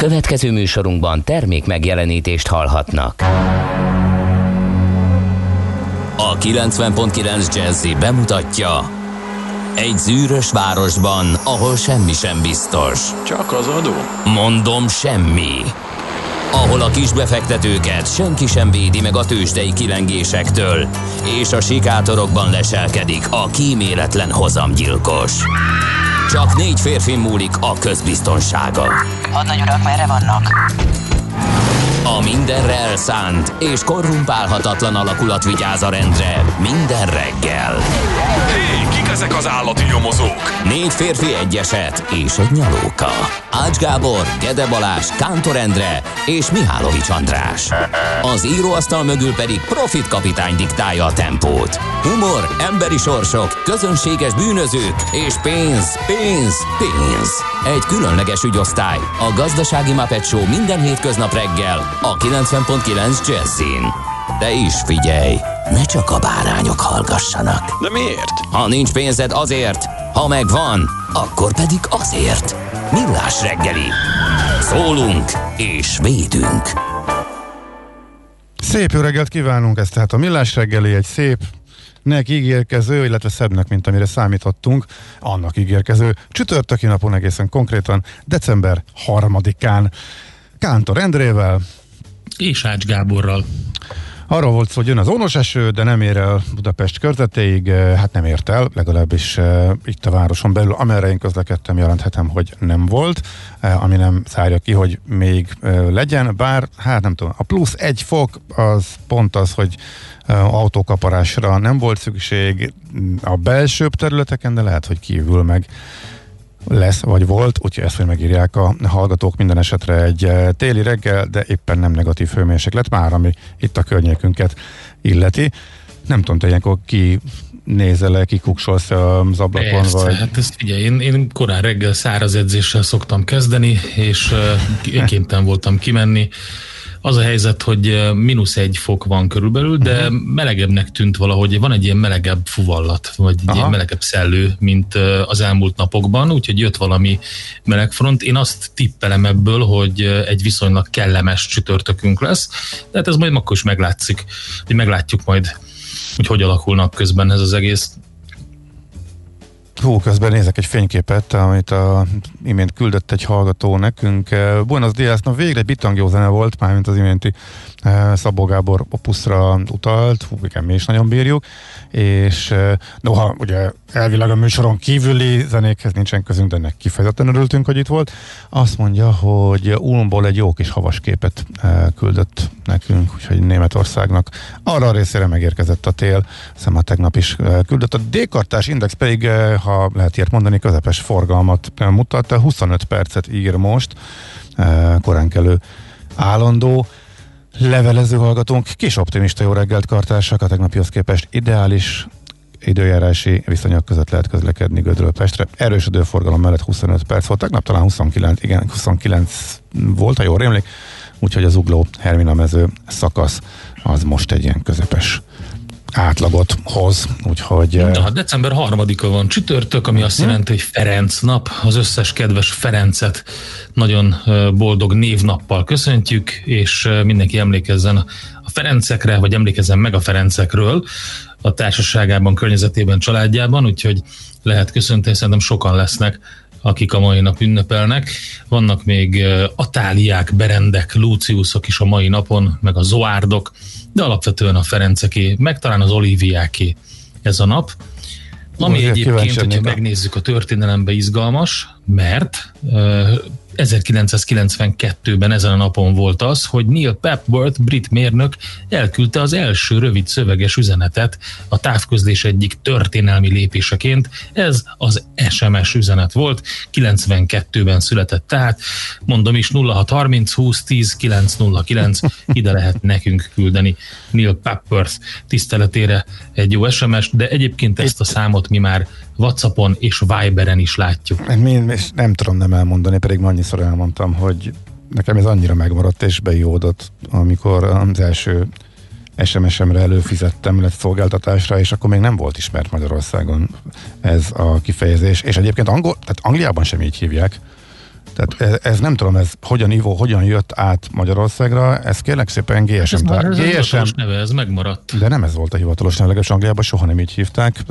Következő műsorunkban termék megjelenítést hallhatnak. A 90.9 Jazzy bemutatja: egy zűrös városban, ahol semmi sem biztos. Csak az adó? Mondom, semmi. Ahol a kisbefektetőket senki sem védi meg a tőzsdei kilengésektől, és a sikátorokban leselkedik a kíméletlen hozamgyilkos. Csak 4 férfin múlik a közbiztonsága. Hadnagy urak, merre vannak? A mindenre elszánt és korrumpálhatatlan alakulat vigyáz a rendre minden reggel. Hé, kik ezek az állati nyomozók? 4 férfi, egy eset és egy nyalóka. Ács Gábor, Gede Balázs, Kántor Endre és Mihálovics András. Az íróasztal mögül pedig Profit kapitány diktálja a tempót. Humor, emberi sorsok, közönséges bűnözők és pénz, pénz, pénz. Egy különleges ügyosztály, a Gazdasági Muppet Show minden hétköznap reggel a 90.9 Jazzyn. De is figyelj, ne csak a bárányok hallgassanak. De miért? Ha nincs pénzed, azért, ha megvan, akkor pedig azért. Millás reggeli. Szólunk és védünk. Szép jó reggelt kívánunk, ez tehát a Millás reggeli, egy szép, nek ígérkező, illetve szebbnek, mint amire számítottunk, annak ígérkező csütörtöki napon, egészen konkrétan december 3-án Kántor Endrével és Ács Gáborral. Arról volt szó, hogy jön az ónos eső, de nem ér el Budapest körzetéig, hát nem ért el, legalábbis itt a városon belül, amerre én közlekedtem, jelenthetem, hogy nem volt, ami nem zárja ki, hogy még legyen, bár, hát nem tudom, a plusz 1 fok az pont az, hogy autókaparásra nem volt szükség a belsőbb területeken, de lehet, hogy kívül meg lesz, vagy volt, úgyhogy ezt, hogy megírják a hallgatók, minden esetre egy téli reggel, de éppen nem negatív hőmérséklet már, ami itt a környékünket illeti. Nem tudom, te ilyenkor ki nézel-e, ki kuksolsz az ablakon? Persze, vagy... hát ezt figyelj, én korán reggel száraz edzéssel szoktam kezdeni, és kénytelen voltam kimenni. Az a helyzet, hogy -1 fok van körülbelül, de melegebbnek tűnt valahogy, van egy ilyen melegebb fuvallat, vagy egy ilyen melegebb szellő, mint az elmúlt napokban, úgyhogy jött valami melegfront. Én azt tippelem ebből, hogy egy viszonylag kellemes csütörtökünk lesz, de hát ez majd akkor is meglátszik, hogy meglátjuk majd, hogy alakulnak közben ez az egész. Hú, közben nézek egy fényképet, amit imént küldött egy hallgató nekünk. Buenos Dias, na végre egy bitang jó zene volt, mármint az iménti Szabó Gábor opuszra utalt, hú, igen, mi is nagyon bírjuk, és noha ugye elvileg a műsoron kívüli zenékhez nincsen közünk, de ennek kifejezetten örültünk, hogy itt volt. Azt mondja, hogy Ulmból egy jó kis havas képet küldött nekünk, úgyhogy Németországnak arra a részére megérkezett a tél, hiszem a tegnap is küldött. A D-kartás index pedig, ha lehet ilyet mondani, közepes forgalmat mutat, 25 percet ír most, koránkelő állandó levelező hallgatónk, kis optimista jó reggelt kartársak, a tegnapihoz képest ideális időjárási viszonyok között lehet közlekedni Gödről Pestre. Erősödő forgalom mellett 25 perc volt, tegnap talán 29 volt, ha jól rémlik, úgyhogy az Zugló Hermina mező szakasz az most egy ilyen közepes átlagot hoz, úgyhogy... Na, december 3-a van csütörtök, ami azt jelenti, hogy Ferenc nap. Az összes kedves Ferencet nagyon boldog névnappal köszöntjük, és mindenki emlékezzen a Ferencekre, vagy emlékezzen meg a Ferencekről a társaságában, környezetében, családjában, úgyhogy lehet köszönteni, szerintem sokan lesznek, akik a mai nap ünnepelnek. Vannak még Atáliák, Berendek, Lúciuszok is a mai napon, meg a Zoárdok, de alapvetően a Ferenceké, meg talán az Olíviáké ez a nap. Ami egyébként, hogyha megnézzük a történelembe, izgalmas, mert 1992-ben ezen a napon volt az, hogy Neil Papworth, brit mérnök elküldte az első rövid szöveges üzenetet a távközlés egyik történelmi lépéseként. Ez az SMS üzenet volt, 92-ben született, tehát mondom is 0630 20 10 909, ide lehet nekünk küldeni Neil Papworth tiszteletére egy jó SMS-t, de egyébként ezt a számot mi már WhatsAppon és Viberen is látjuk. Nem tudom nem elmondani, pedig annyiszor elmondtam, hogy nekem ez annyira megmaradt és bejódott, amikor az első SMS-emre előfizettem, illetve szolgáltatásra, és akkor még nem volt ismert Magyarországon ez a kifejezés. És egyébként tehát Angliában sem így hívják Tehát ez nem tudom, ez hogyan jött át Magyarországra, ez kérlek szépen GSM. Ez már ez hivatalos neve, ez megmaradt. De nem ez volt a hivatalos neve, legalábbis Angliában soha nem így hívták.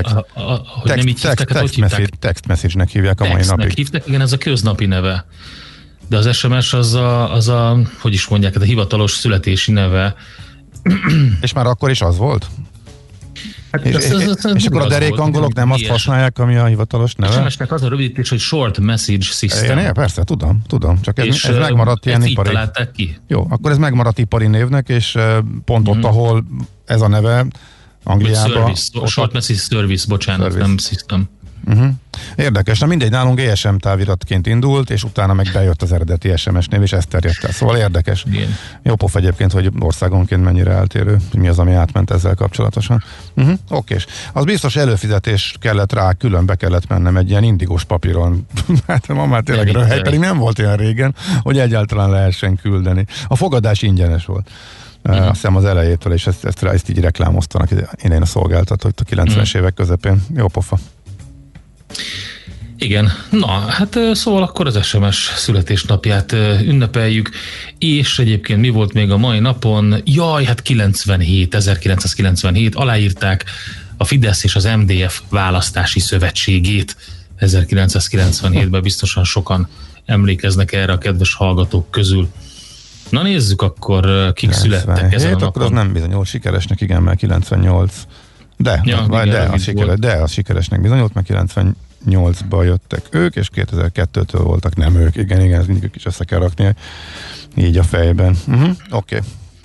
Text message-nek hívják a mai napig. Hívták, igen, ez a köznapi neve. De az SMS az a hogy is mondják, a hivatalos születési neve. És már akkor is az volt? Hát és akkor a derék angolok nem azt használják, ami a hivatalos neve? SMS-nek az a rövidítés, hogy Short Message System. Igen, persze, tudom. Csak ez megmaradt ilyen ipari. Találták ki. Jó, akkor ez megmaradt ipari névnek, és pont ott, ahol ez a neve Angliában. Short Message Service, bocsánat, nem System. Érdekes, na mindegy, nálunk GSM táviratként indult, és utána meg bejött az eredeti SMS név, és ez terjedt el. Szóval érdekes. Igen. Jó pof egyébként, hogy országonként mennyire eltérő, mi az, ami átment ezzel kapcsolatosan. Okés. Az biztos előfizetés kellett rá, külön be kellett mennem egy ilyen indigós papíron. Hát ma már tényleg röhely, pedig nem volt olyan régen, hogy egyáltalán lehessen küldeni. A fogadás ingyenes volt. Azt hiszem az elejétől, és ezt így reklámoztanak én a szolgáltatót a 90-es évek közepén. Jó pofa. Igen, na, hát szóval akkor az SMS születésnapját ünnepeljük, és egyébként mi volt még a mai napon? Jaj, hát 1997 aláírták a Fidesz és az MDF választási szövetségét 1997-ben, biztosan sokan emlékeznek erre a kedves hallgatók közül. Na nézzük akkor, kik születtek ezen a napon. Akkor az nem bizonyult sikeresnek, igen, mert 98. De az sikeresnek bizonyult, mert 98-ban jöttek ők, és 2002-től voltak nem ők. Igen, ez mindig is össze kell rakni így a fejben. Oké.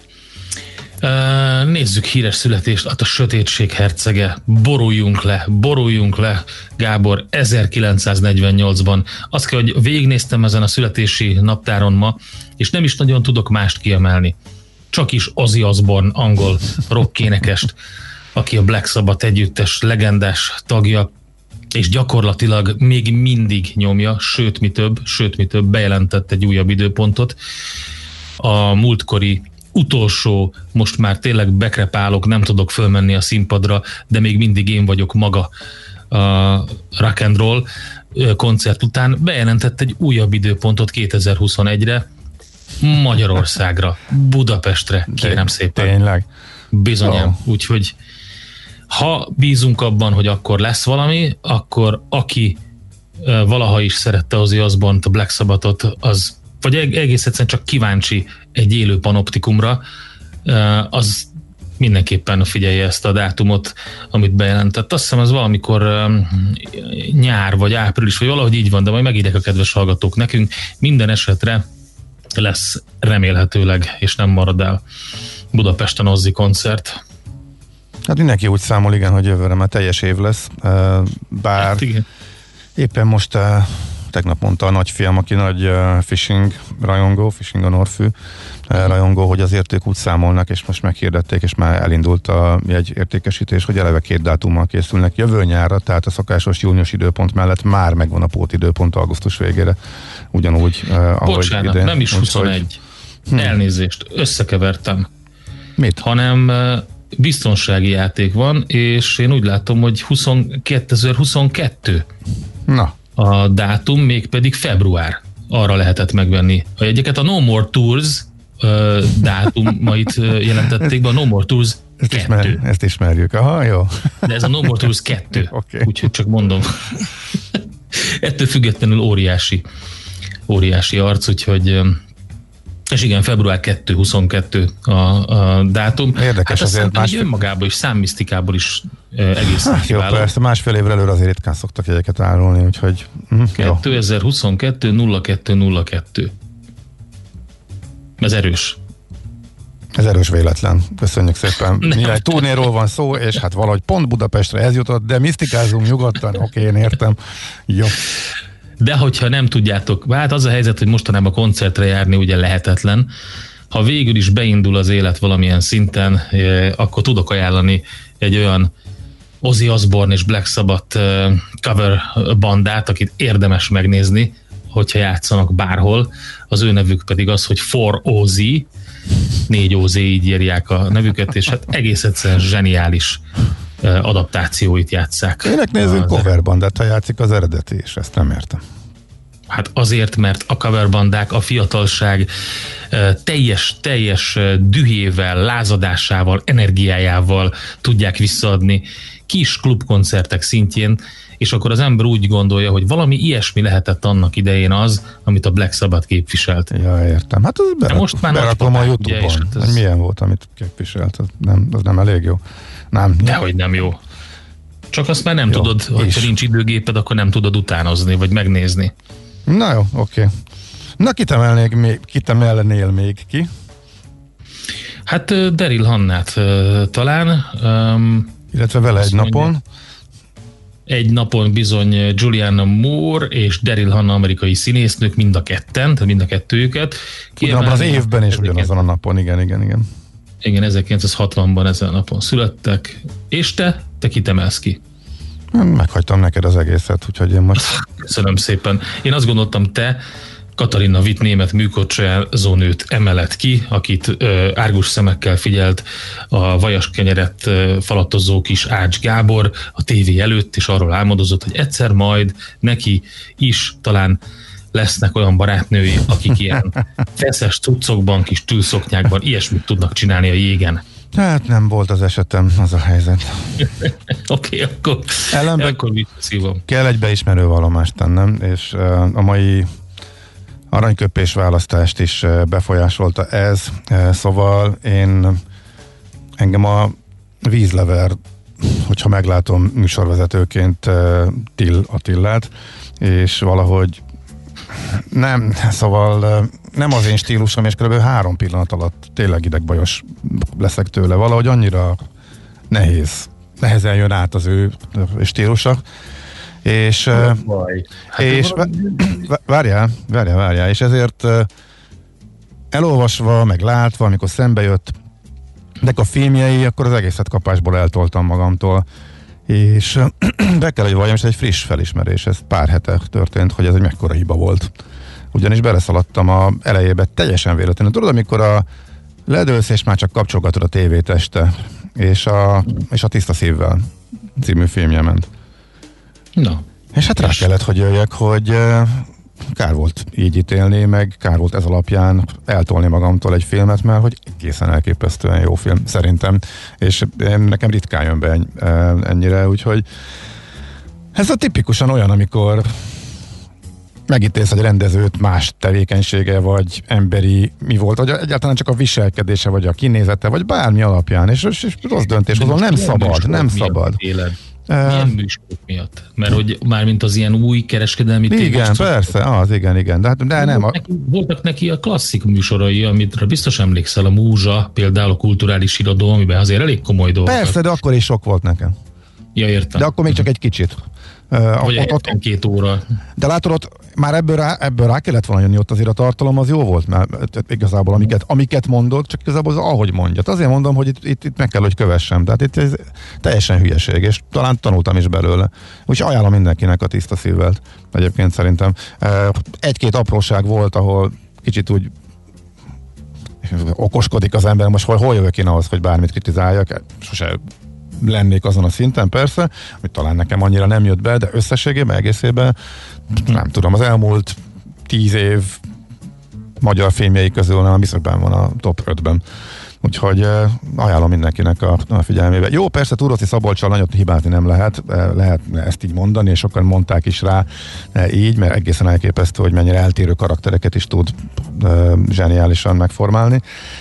Nézzük híres születést, a sötétség hercege. Boruljunk le, Gábor, 1948-ban. Azt kell, hogy végignéztem ezen a születési naptáron ma, és nem is nagyon tudok mást kiemelni. Csak is Ozzy Osbourne, angol rockénekest, aki a Black Sabbath együttes legendás tagja, és gyakorlatilag még mindig nyomja, sőt mi több, bejelentett egy újabb időpontot. A múltkori utolsó, most már tényleg bekrepálok, nem tudok fölmenni a színpadra, de még mindig én vagyok maga a rock and roll koncert után, bejelentett egy újabb időpontot 2021-re, Magyarországra, Budapestre, kérem szépen. Tényleg? Bizonyám, úgyhogy ha bízunk abban, hogy akkor lesz valami, akkor aki valaha is szerette Ozzy Osbourne-t, a Black Sabbathot, az, vagy egész egyszerűen csak kíváncsi egy élő panoptikumra, az mindenképpen figyelje ezt a dátumot, amit bejelentett. Azt hiszem, az valamikor nyár, vagy április, vagy valahogy így van, de majd megírják a kedves hallgatók nekünk. Minden esetre lesz remélhetőleg, és nem marad el Budapesten Ozzy koncert. Hát mindenki úgy számol, igen, hogy jövőre már teljes év lesz, bár hát éppen most tegnap mondta a nagyfiam, aki nagy fishing a Norfű rajongó, hogy azért ők úgy számolnak, és most meghirdették, és már elindult a jegyértékesítés, hogy eleve 2 dátummal készülnek jövő nyárra, tehát a szokásos június időpont mellett már megvan a pótidőpont augusztus végére, ugyanúgy, ahogy bocsánat, idén. nem is 21. Elnézést, összekevertem. Mit? Hanem biztonsági játék van, és én úgy látom, hogy 2022 a dátum, mégpedig február. Arra lehetett megvenni a jegyeket. A No More Tours dátumait jelentették be, a No More Tours 2. Ezt ismerjük, aha, jó. De ez a No More Tours 2, okay. Úgyhogy csak mondom. Ettől függetlenül óriási arc, úgyhogy és igen, február 22 a dátum. Érdekes, hát azért másfél... önmagában is, számmisztikából is egészen kiváló. Jó, persze másfél évre előre azért ritkán szoktak jegyeket árulni, úgyhogy 2022-02-02. Ez erős. Ez erős véletlen. Köszönjük szépen. Nyilván egy turnéról van szó, és hát valahogy pont Budapestre ez jutott, de misztikázunk nyugodtan. Oké, én értem. Jó. De hogyha nem tudjátok, hát az a helyzet, hogy mostanában koncertre járni ugye lehetetlen. Ha végül is beindul az élet valamilyen szinten, akkor tudok ajánlani egy olyan Ozzy Osbourne és Black Sabbath cover bandát, akit érdemes megnézni, hogyha játszanak bárhol. Az ő nevük pedig az, hogy For Ozzy, 4 OZ, így írják a nevüket, és hát egész egyszerűen zseniális adaptációit játsszák. Tényleg nézzünk coverbandát, ha játszik az eredeti, és ezt nem értem. Hát azért, mert a coverbandák a fiatalság teljes dühével, lázadásával, energiájával tudják visszaadni kis klubkoncertek szintjén, és akkor az ember úgy gondolja, hogy valami ilyesmi lehetett annak idején az, amit a Black Sabbath képviselt. Ja, értem. Hát most már berakom a YouTube-on, ugye, hogy milyen volt, amit képviselt. Az nem elég jó. Nem. Dehogy nem jó. Csak azt már nem jó, tudod, hogyha nincs időgéped, akkor nem tudod utánozni, vagy megnézni. Na jó, oké. Na, kit emelnél még ki? Hát Daryl Hannát talán. Illetve vele egy napon. Egy napon bizony Julianne Moore és Daryl Hannah amerikai színésznők, mind a ketten, tehát mind a kettőjüket. Ugyanabban az évben és ugyanazon a napon, igen. Igen, 1960-ban ezen a napon születtek. És te kit emelsz ki? Meghagytam neked az egészet, úgyhogy én most... Köszönöm szépen. Én azt gondoltam, te Katarina Witt német műkorcsolyázónőt emelet ki, akit árgus szemekkel figyelt a vajas kenyeret falatozó kis Ács Gábor a tévé előtt, és arról álmodozott, hogy egyszer majd neki is talán lesznek olyan barátnői, akik ilyen feszes cuccokban, kis tűlszoknyákban ilyesmit tudnak csinálni a jégen. Hát nem volt az esetem, az a helyzet. Oké, akkor visszaszívom. Kell egy beismerő vallomást tennem, és a mai aranyköpés választást is befolyásolta ez, szóval engem a vízlever, hogyha meglátom műsorvezetőként Till Attillát, és valahogy nem az én stílusom, és kb. 3 pillanat alatt tényleg idegbajos leszek tőle. Valahogy annyira nehezen jön át az ő stílusa. És várjál, és ezért elolvasva, meg látva, amikor szembe jött de a filmjei, akkor az egészet kapásból eltoltam magamtól. És be kell, hogy valljam, és egy friss felismerés, ez pár hete történt, hogy ez egy mekkora hiba volt. Ugyanis beleszaladtam a elejébe teljesen véletlenül. Tudod, amikor ledőlsz, és már csak kapcsolgatod a tévét este, és a Tiszta szívvel című filmje ment. Na. És hát rá kellett, hogy jöjjek, hogy kár volt így ítélni, meg kár volt ez alapján eltolni magamtól egy filmet, mert hogy egészen elképesztően jó film, szerintem. És nekem ritkán jön be ennyire, úgyhogy ez a tipikusan olyan, amikor megítélsz egy rendezőt más tevékenysége, vagy emberi mi volt, vagy egyáltalán csak a viselkedése, vagy a kinézete, vagy bármi alapján, és rossz döntés hozol, nem szabad. Milyen műsorok miatt? Mert hogy mármint az ilyen új kereskedelmi igen, persze, igen. De nem. Voltak neki a klasszik műsorai, amit biztos emlékszel, a Múzsa, például a kulturális irodalom, amiben azért elég komoly dolgok. Persze, de akkor is sok volt nekem. Ja, értem. De akkor még csak egy kicsit. Vagy 2 óra. De látod, ott már ebből rá kellett volna jönni, ott azért a tartalom az jó volt, mert igazából amiket mondott, csak igazából az ahogy mondja. Azért mondom, hogy itt meg kell, hogy kövessem. Tehát itt ez teljesen hülyeség, és talán tanultam is belőle. Úgyhogy ajánlom mindenkinek a Tiszta szívvel. Egyébként szerintem. 1-2 apróság volt, ahol kicsit úgy okoskodik az ember, most hol jövök én ahhoz, hogy bármit kritizáljak, sose lennék azon a szinten, persze, hogy talán nekem annyira nem jött be, de összességében, egészében nem tudom, az elmúlt 10 év magyar filmjei közül nem biztos benn van a top 5-ben. Úgyhogy ajánlom mindenkinek a figyelmébe. Jó, persze Túróczi Szabolccsal nagyot hibázni nem lehet ezt így mondani, és sokan mondták is rá így, mert egészen elképesztő, hogy mennyire eltérő karaktereket is tud zseniálisan megformálni.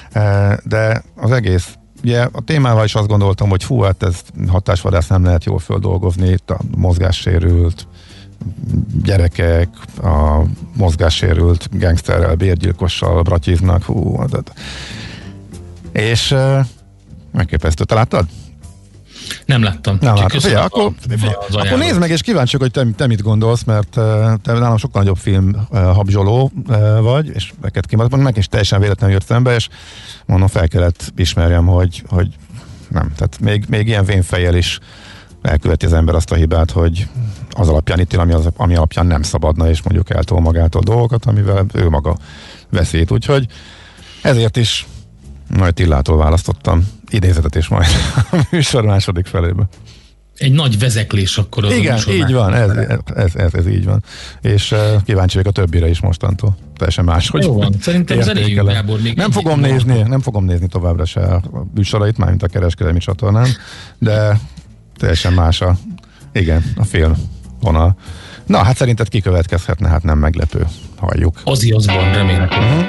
De az egész, ugye a témával is azt gondoltam, hogy hát ez hatásvadász, nem lehet jól földolgozni, itt a mozgássérült gyerekek, a mozgássérült gangsterrel, bérgyilkossal bratyiznak, és megképesztő. Te láttad? Nem láttam. Akkor nézd meg, és kíváncsi, hogy te mit gondolsz, mert te nálam sokkal nagyobb film habzsoló vagy, és neked kimondom, meg is teljesen véletlenül jött szembe, és mondom, fel kellett ismerjem, hogy nem, tehát még ilyen vénfejjel is elköveti az ember azt a hibát, hogy az alapján ítél, ami alapján nem szabadna, és mondjuk eltol magától dolgokat, amivel ő maga veszít. Úgyhogy ezért is majd Tillától választottam idézetet is majd a műsor második felébe. egy nagy vezeklés akkor az. Igen, így van, ez így van. És kíváncsi vagyok a többire is mostantól. Teljesen más, hogy jó van, szerintem zenéljünk, Gábor. Nem fogom nézni továbbra se a műsorait, mármint a kereskedelmi csatornán, de teljesen más a film vonal. Na, hát szerinted kikövetkezhetne, hát nem meglepő. Halljuk. Ozzy Osbourne, remélhetően.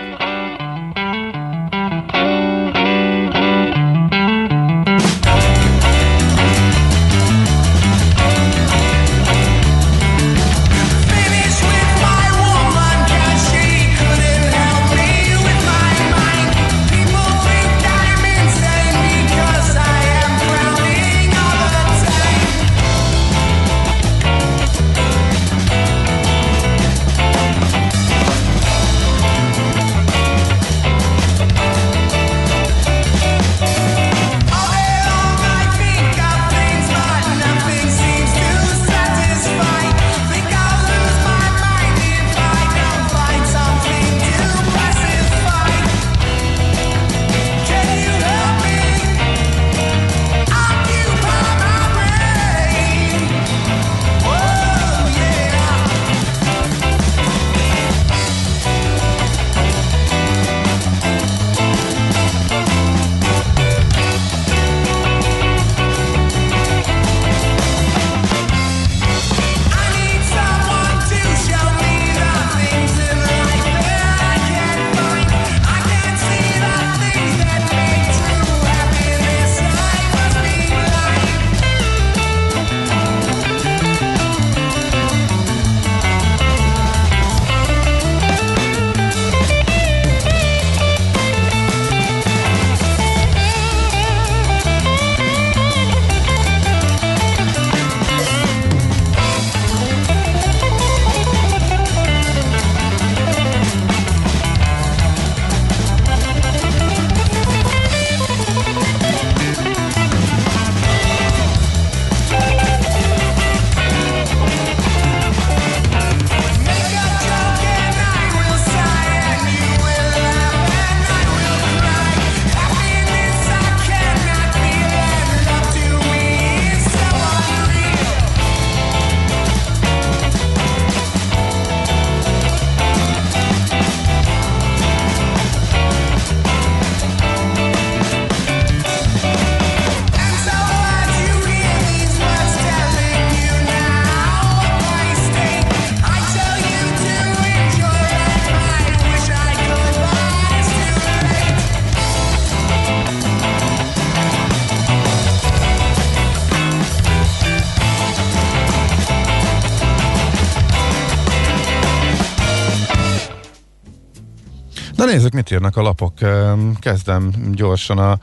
Na nézzük, mit írnak a lapok. Kezdem gyorsan a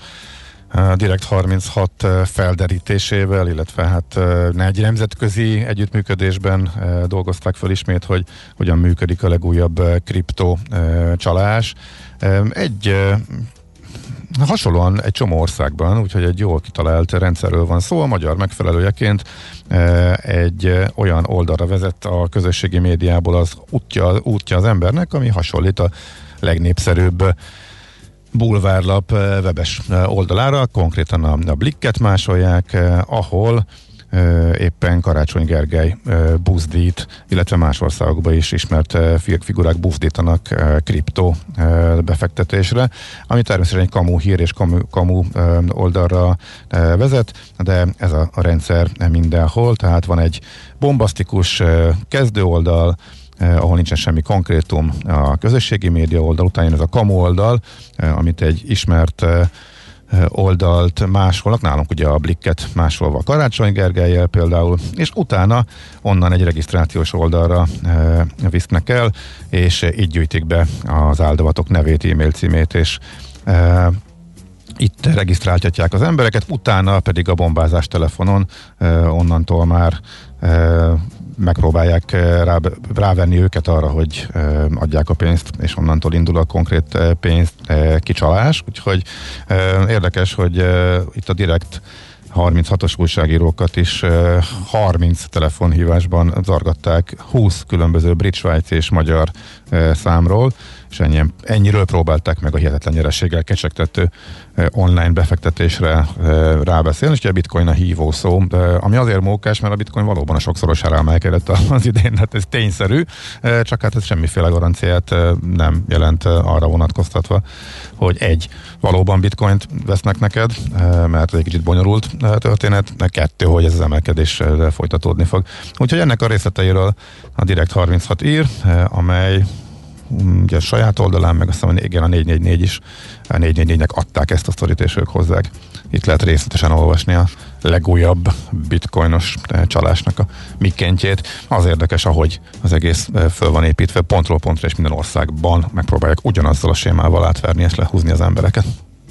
Direkt 36 felderítésével, illetve hát egy nemzetközi együttműködésben dolgozták fel ismét, hogy hogyan működik a legújabb kriptó csalás. Hasonlóan egy csomó országban, úgyhogy egy jól kitalált rendszerről van szó. A magyar megfelelőjeként egy olyan oldalra vezet a közösségi médiából az útja az embernek, ami hasonlít a legnépszerűbb bulvárlap webes oldalára, konkrétan a Blikket másolják, ahol éppen Karácsony Gergely buzdít, illetve más országokban is ismert figurák buzdítanak kriptó befektetésre, ami természetesen egy kamu hír és kamu oldalra vezet, de ez a rendszer mindenhol, tehát van egy bombasztikus kezdő oldal, ahol nincsen semmi konkrétum, a közösségi média oldal, utána jön ez a kamu oldal, amit egy ismert oldalt másolnak, nálunk ugye a Blikket másolva Karácsony Gergellyel például, és utána onnan egy regisztrációs oldalra visznek el, és így gyűjtik be az áldozatok nevét, e-mail címét, és itt regisztráltatják az embereket, utána pedig a bombázás telefonon onnantól már megpróbálják rávenni őket arra, hogy adják a pénzt, és onnantól indul a konkrét pénz kicsalás. Úgyhogy érdekes, hogy itt a Direkt 36-os újságírókat is 30 telefonhívásban zargatták 20 különböző brit, svájci és magyar számról, és ennyiről próbálták meg a hihetetlen nyereséggel kecsegtető online befektetésre rábeszélni, és ugye a bitcoin a hívó szó, ami azért mókás, mert a bitcoin valóban a sokszorosára emelkedett az idén, hát ez tényszerű, csak hát ez semmiféle garanciát nem jelent arra vonatkoztatva, hogy valóban bitcoint vesznek neked, mert egy kicsit bonyolult történet, 2, hogy ez az emelkedés folytatódni fog. Úgyhogy ennek a részleteiről a Direkt 36 ír, amely ugye a saját oldalán, meg azt mondom, igen, a 444 is, a 444-nek adták ezt a sztorit, és ők hozzák. Itt lehet részletesen olvasni a legújabb bitcoinos csalásnak a mikkentjét. Az érdekes, ahogy az egész föl van építve, pontról pontra, és minden országban megpróbálják ugyanazzal a sémával átverni és lehúzni az embereket.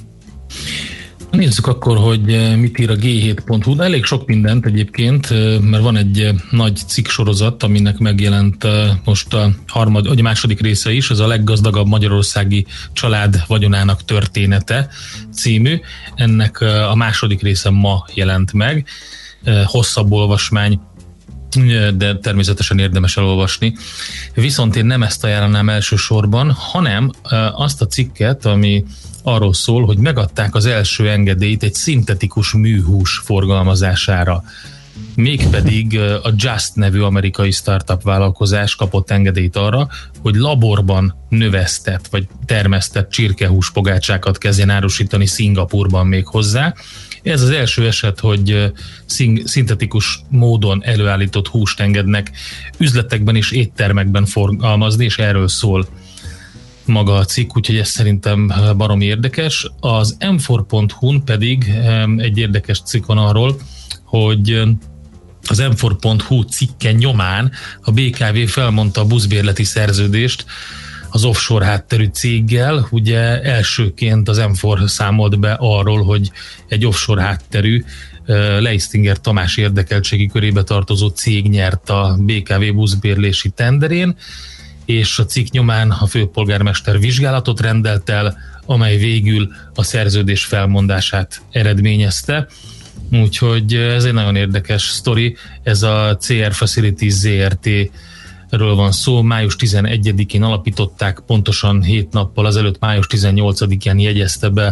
Nézzük akkor, hogy mit ír a G7.hu. Elég sok mindent egyébként, mert van egy nagy cikksorozat, aminek megjelent most a második része is, ez a leggazdagabb magyarországi család vagyonának története című. Ennek a második része ma jelent meg. Hosszabb olvasmány, de természetesen érdemes elolvasni. Viszont én nem ezt ajánlanám elsősorban, hanem azt a cikket, ami arról szól, hogy megadták az első engedélyt egy szintetikus műhús forgalmazására. Mégpedig a Just nevű amerikai startup vállalkozás kapott engedélyt arra, hogy laborban növesztett vagy termesztett csirkehús pogácsákat kezdjen árusítani Szingapurban még hozzá. Ez az első eset, hogy szintetikus módon előállított húst engednek üzletekben és éttermekben forgalmazni, és erről szól maga a cikk, úgyhogy ez szerintem baromi érdekes. Az m4.hu-n pedig egy érdekes cikk van arról, hogy az m4.hu cikke nyomán a BKV felmondta a buszbérleti szerződést az offshore hátterű céggel. Ugye elsőként az M4 számolt be arról, hogy egy offshore hátterű Leistinger Tamás érdekeltségi körébe tartozó cég nyert a BKV buszbérlési tenderén, és a cikk nyomán a főpolgármester vizsgálatot rendelt el, amely végül a szerződés felmondását eredményezte. Úgyhogy ez egy nagyon érdekes sztori. Ez a CR Facilities ZRT-ről van szó. Május 11-én alapították, pontosan 7 nappal azelőtt, május 18-án jegyezte be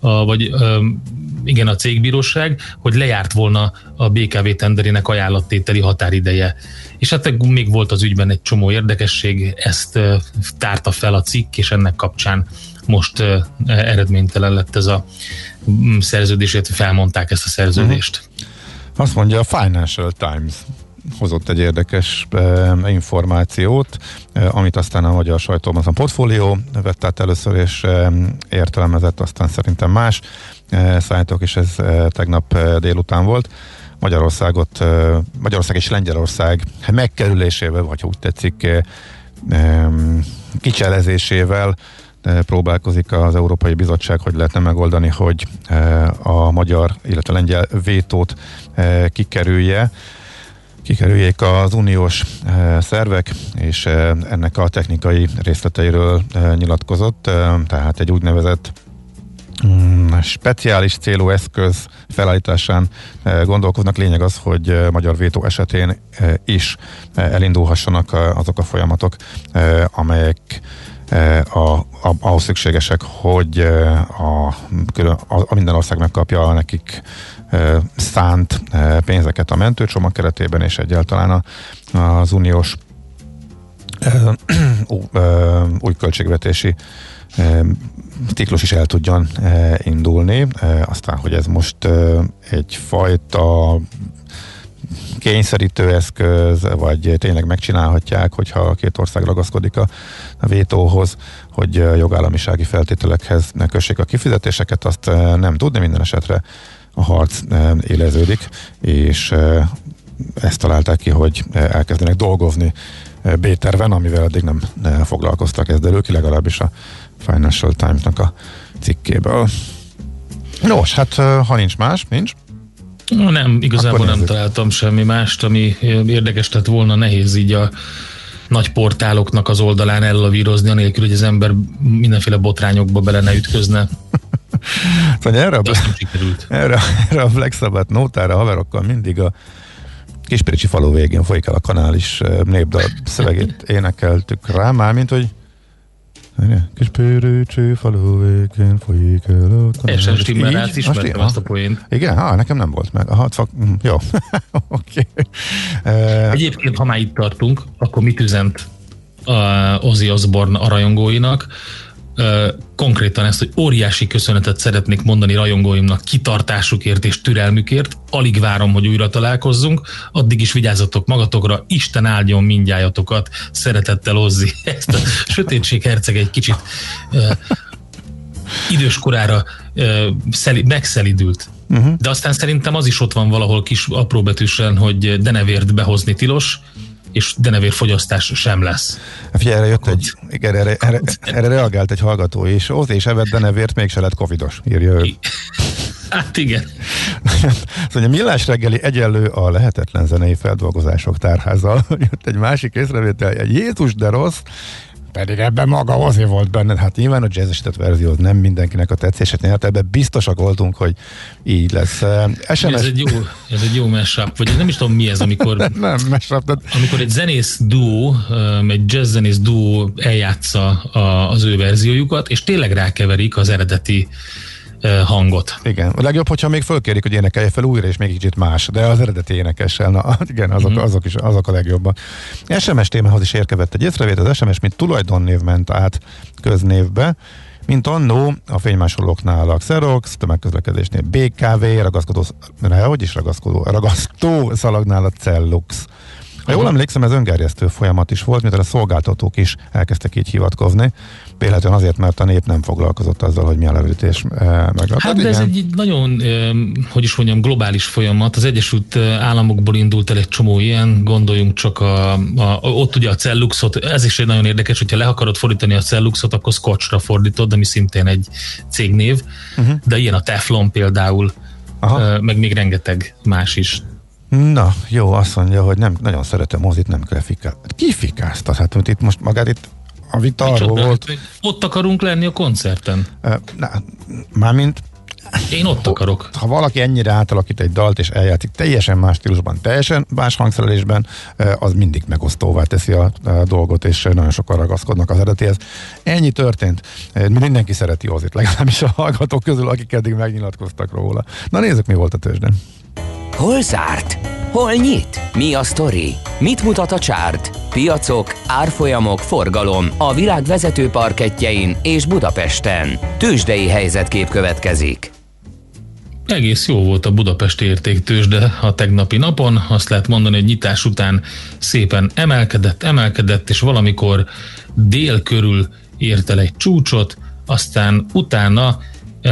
a cégbíróság, hogy lejárt volna a BKV tenderének ajánlattételi határideje. És hát még volt az ügyben egy csomó érdekesség, ezt tárta fel a cikk, és ennek kapcsán most eredménytelen lett ez a szerződését, felmondták ezt a szerződést. Azt mondja, a Financial Times hozott egy érdekes információt, amit aztán a magyar sajtóban a Portfólió vett át először, és értelmezett, aztán szerintem más szájtok is, ez tegnap délután volt. Magyarország és Lengyelország megkerülésével, vagy úgy tetszik, kicselezésével próbálkozik az Európai Bizottság, hogy lehetne megoldani, hogy a magyar, illetve lengyel vétót kikerüljék az uniós szervek, és ennek a technikai részleteiről nyilatkozott, tehát egy úgynevezett speciális célú eszköz felállításán gondolkoznak. Lényeg az, hogy magyar vétó esetén is elindulhassanak azok a folyamatok, amelyek ahhoz szükségesek, hogy a minden ország megkapja nekik szánt pénzeket a mentőcsomag keretében, és egyáltalán az uniós új költségvetési ciklus is el tudjon indulni. Aztán, hogy ez most egyfajta kényszerítő eszköz, vagy tényleg megcsinálhatják, hogyha a két ország ragaszkodik a vétóhoz, hogy jogállamisági feltételekhez ne kössék a kifizetéseket, azt nem tudni, minden esetre a harc éleződik, és ezt találták ki, hogy elkezdenek dolgozni B-terven, amivel eddig nem foglalkoztak, ez derül ki legalábbis a Financial Times-nak a cikkéből. Nos, hát ha nincs más, nincs. Nem, igazából nem találtam semmi mást, ami érdekes lett volna, nehéz így a nagy portáloknak az oldalán ellavírozni, anélkül, hogy az ember mindenféle botrányokba bele ne ütközne. Szóval erre a Black Sabbath nótára haverokkal mindig a Kispiricsi falu végén folyik el a kanális népdal szövegét énekeltük rá, mármint, hogy Kispiricsi falu végén folyik el a kanális. Teljesen stimmel, át ismertem ezt a poént. Igen? Nekem nem volt meg. Jó. Oké. Egyébként, ha már itt tartunk, akkor mit üzent Ozzy Osbourne a rajongóinak? Konkrétan ezt, hogy óriási köszönetet szeretnék mondani rajongóimnak kitartásukért és türelmükért. Alig várom, hogy újra találkozzunk. Addig is vigyázzatok magatokra, Isten áldjon mindnyájatokat. Szeretettel, Ozzy. Ezt a sötétség herceg egy kicsit idős korára megszelidült. De aztán szerintem az is ott van valahol kis apróbetűsen, hogy denevért behozni tilos, és denevér fogyasztás sem lesz. Figyelj, erre reagált egy hallgató, és Ozzy és evett denevért mégse lett covidos, írja ő. Hát igen. Szóval a Millás reggeli egyenlő a lehetetlen zenei feldolgozások tárházzal. Jött egy másik észrevétel, Jézus, de rossz, pedig ebben maga Ozzy volt benne. Hát nyilván a jazzesített verzió nem mindenkinek a tetszését nyert, ebben biztosak voltunk, hogy így lesz. SMS... Ez egy jó mashup, vagy nem is tudom mi ez, amikor nem mashup, de... amikor egy zenész duó, egy jazz zenész duó eljátsza az ő verziójukat, és tényleg rákeverik az eredeti hangot. Igen. A legjobb, hogyha még fölkérik, hogy énekelje fel újra, és még kicsit más, de az eredeti énekessel, na igen, azok a legjobbak. SMS témához is érkezett egy észrevét, az SMS mint tulajdonnév ment át köznévbe, mint annó a fénymásolóknál a Xerox, tömegközlekedésnél BKV, ragasztó szalagnál a Cellux. Ha jól emlékszem, ez öngerjesztő folyamat is volt, miután a szolgáltatók is elkezdtek így hivatkozni. Például azért, mert a nép nem foglalkozott azzal, hogy mi a levetítés megadott. Hát de ez egy nagyon, globális folyamat. Az Egyesült Államokból indult el egy csomó ilyen, gondoljunk csak ott ugye a Celluxot, ez is egy nagyon érdekes, hogyha le akarod fordítani a Celluxot, akkor Scotchra fordítod, ami szintén egy cégnév, de ilyen a Teflon például, meg még rengeteg más is. Na, jó, azt mondja, hogy nem nagyon szeretem Ozzyt, nem kell kifikáztat. Hát itt most magát itt a vita arról volt. Ott akarunk lenni a koncerten. Mármint én ott akarok. Ha valaki ennyire átalakít egy dalt és eljátszik teljesen más stílusban, teljesen más hangszerelésben, az mindig megosztóvá teszi a dolgot, és nagyon sokan ragaszkodnak az eredetihez. Ennyi történt. Mindenki szereti Ozzyt, legalábbis a hallgatók közül, akik eddig megnyilatkoztak róla. Na nézzük, mi volt a tőzsdén. Hol zárt? Hol nyit? Mi a sztori? Mit mutat a csárt? Piacok, árfolyamok, forgalom a világ vezető parkettjein és Budapesten. Tőzsdei helyzetkép következik. Egész jó volt a budapesti értéktőzsde a tegnapi napon. Azt lehet mondani, hogy nyitás után szépen emelkedett, és valamikor dél körül ért el egy csúcsot, aztán utána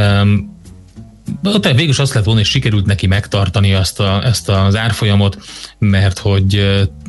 végül is azt lehet volna, hogy sikerült neki megtartani ezt az árfolyamot, mert hogy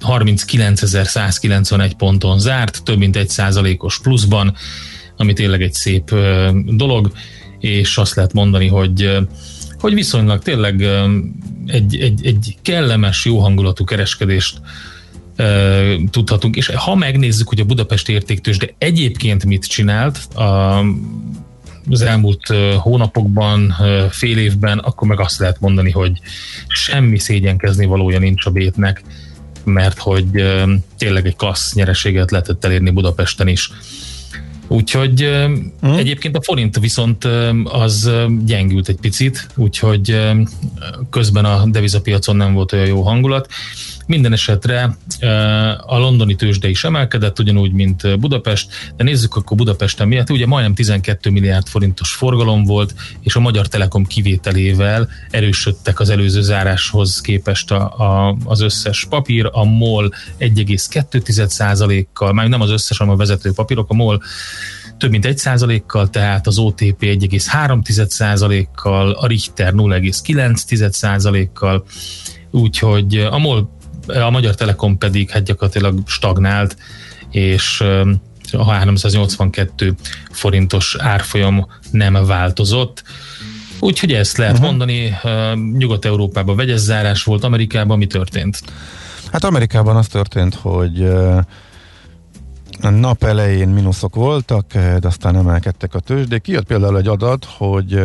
39.191 ponton zárt, több mint 1%-os pluszban, ami tényleg egy szép dolog, és azt lehet mondani, hogy viszonylag tényleg egy kellemes, jó hangulatú kereskedést tudhatunk, és ha megnézzük, hogy a budapesti értéktőzsde egyébként mit csinált az elmúlt hónapokban, fél évben, akkor meg azt lehet mondani, hogy semmi szégyenkezni valója nincs a Bétnek, mert hogy tényleg egy klassz nyereséget lehetett elérni Budapesten is. Úgyhogy egyébként a forint viszont az gyengült egy picit, úgyhogy közben a devizapiacon nem volt olyan jó hangulat. Minden esetre a londoni tőzsde is emelkedett, ugyanúgy, mint Budapest, de nézzük akkor Budapesten miatt. Ugye majdnem 12 milliárd forintos forgalom volt, és a Magyar Telekom kivételével erősödtek az előző záráshoz képest az összes papír. A MOL 1,2%-kal, már nem az összes, hanem a vezető papírok, a MOL több mint 1%-kal, tehát az OTP 1,3%-kal, a Richter 0,9%-kal, úgyhogy a Magyar Telekom pedig hát gyakorlatilag stagnált, és a 382 forintos árfolyam nem változott. Úgyhogy ezt lehet mondani, Nyugat-Európában vegyes zárás volt, Amerikában mi történt? Hát Amerikában az történt, hogy A nap elején mínuszok voltak, de aztán emelkedtek a tőzsdék. Kijött például egy adat, hogy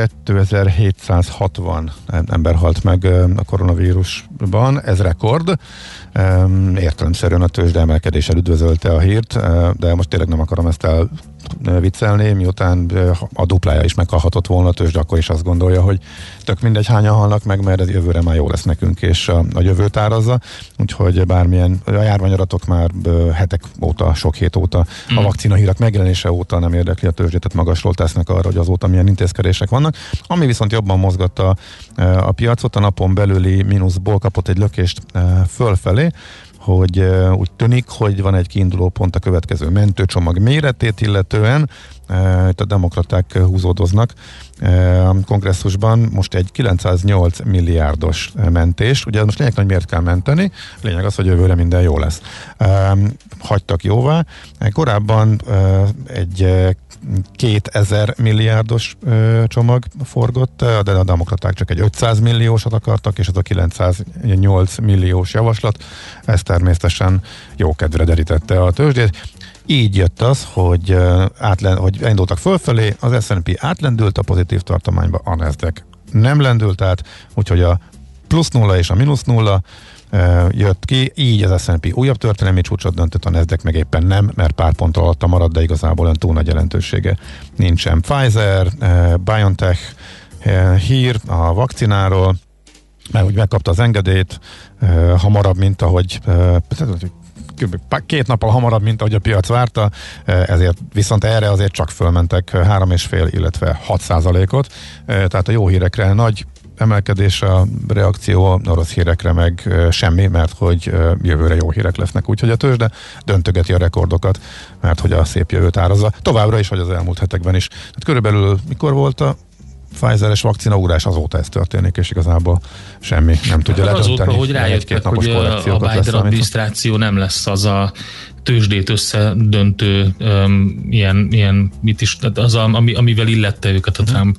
2760 ember halt meg a koronavírusban, ez rekord. Értelemszerűen a tőzsde emelkedéssel üdvözölte a hírt, de most tényleg nem akarom ezt elviccelni, miután a duplája is meghalhatott volna a tőzsde, akkor is azt gondolja, hogy tök mindegy hányan halnak meg, mert ez jövőre már jó lesz nekünk, és a jövőt árazza, úgyhogy bármilyen a járványadatok már hetek óta, sok hét óta, a vakcina hírek megjelenése óta nem érdekli a tőzsdét, tehát magasról tesznek arra, hogy azóta milyen intézkedések vannak. Ami viszont jobban mozgatta a piacot, a napon belüli mínuszból kapott egy lökést fölfelé, hogy úgy tűnik, hogy van egy kiinduló pont a következő mentőcsomag méretét illetően. Itt a demokraták húzódoznak a kongresszusban most egy 908 milliárdos mentés. Ugye most lényeg, hogy miért kell menteni, lényeg az, hogy jövőre minden jó lesz. Hagytak jóvá. Korábban egy 2000 milliárdos csomag forgott, de a demokraták csak egy 500 milliósat akartak, és ez a 908 milliós javaslat, ez természetesen jó kedvre derítette a tőzsdét. Így jött az, hogy elindultak fölfelé, az S&P átlendült a pozitív tartományba, a Nasdaq nem lendült át, úgyhogy a plusz nulla és a mínusz nulla jött ki, így az S&P újabb történelmi csúcsot döntött, a Nasdaq meg éppen nem, mert pár pont alatta marad, de igazából olyan túl nagy jelentősége nincsen. Pfizer, BioNTech hír a vakcináról, mert úgy megkapta az engedélyt, hamarabb, mint ahogy 2 nappal hamarabb, mint ahogy a piac várta, ezért viszont erre azért csak fölmentek 3,5, illetve 6%-ot, tehát a jó hírekre nagy emelkedés, a reakció, a rossz hírekre meg semmi, mert hogy jövőre jó hírek lesznek, úgyhogy a tőzsde döntögeti a rekordokat, mert hogy a szép jövőt árazza. Továbbra is, hogy az elmúlt hetekben is. Hát körülbelül mikor volt a Pfizer-es vakcinaugrás, azóta ez történik, és igazából semmi nem tudja ledönteni. Azóta, hogy rájöttek, hogy a Biden adminisztráció nem lesz az a tőzsdét összedöntő ilyen mit is, az amivel illette őket a Trump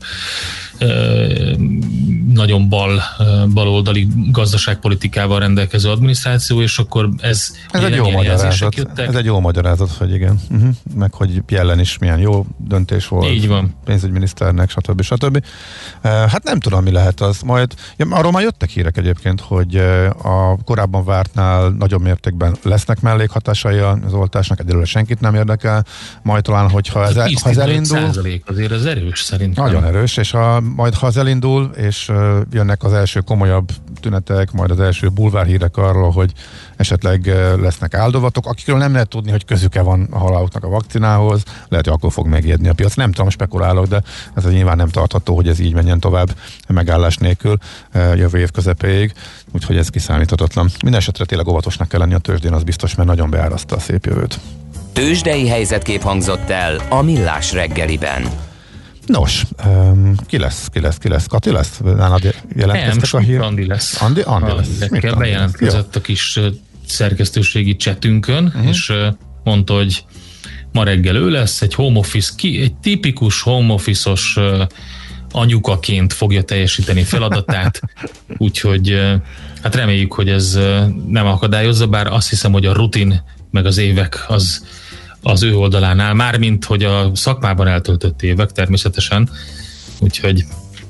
nagyon baloldali gazdaságpolitikával rendelkező adminisztráció, és akkor ez egy jó magyarázat. Ez egy jó magyarázat, hogy igen. Meg hogy jelen is milyen jó döntés volt. Így van. Pénzügyminiszternek, stb. Hát nem tudom, mi lehet az. Majd, arról már jöttek hírek egyébként, hogy a korábban vártnál nagyobb mértékben lesznek mellékhatásai az oltásnak, egyelőre senkit nem érdekel. Majd talán, hogyha ez elindul... 10% azért az erős szerintem. Nagyon erős, és majd ha az elindul, és jönnek az első komolyabb tünetek, majd az első bulvárhírek arról, hogy esetleg lesznek áldozatok, akikről nem lehet tudni, hogy közüke van a haláluknak a vakcinához, lehet, hogy akkor fog megijedni a piac. Nem tudom, spekulálok, de ez nyilván nem tartható, hogy ez így menjen tovább megállás nélkül jövő év közepéig, úgyhogy ez kiszámíthatatlan. Mindenesetre tényleg óvatosnak kell lenni a tőzsdén, az biztos, mert nagyon beáraszta a szép jövőt. Tőzsdei helyzetkép hangzott el a Millás reggeliben. Nos, ki lesz? Kati lesz? Nálad jelentkeztek a hír? Andi lesz. Andi lesz. Bejelentkezett a kis szerkesztőségi csetünkön, és mondta, hogy ma reggel ő lesz, egy home office, egy tipikus home office-os anyukaként fogja teljesíteni feladatát, úgyhogy hát reméljük, hogy ez nem akadályozza, bár azt hiszem, hogy a rutin meg az évek az ő oldalánál, mármint, hogy a szakmában eltöltött évek természetesen, úgyhogy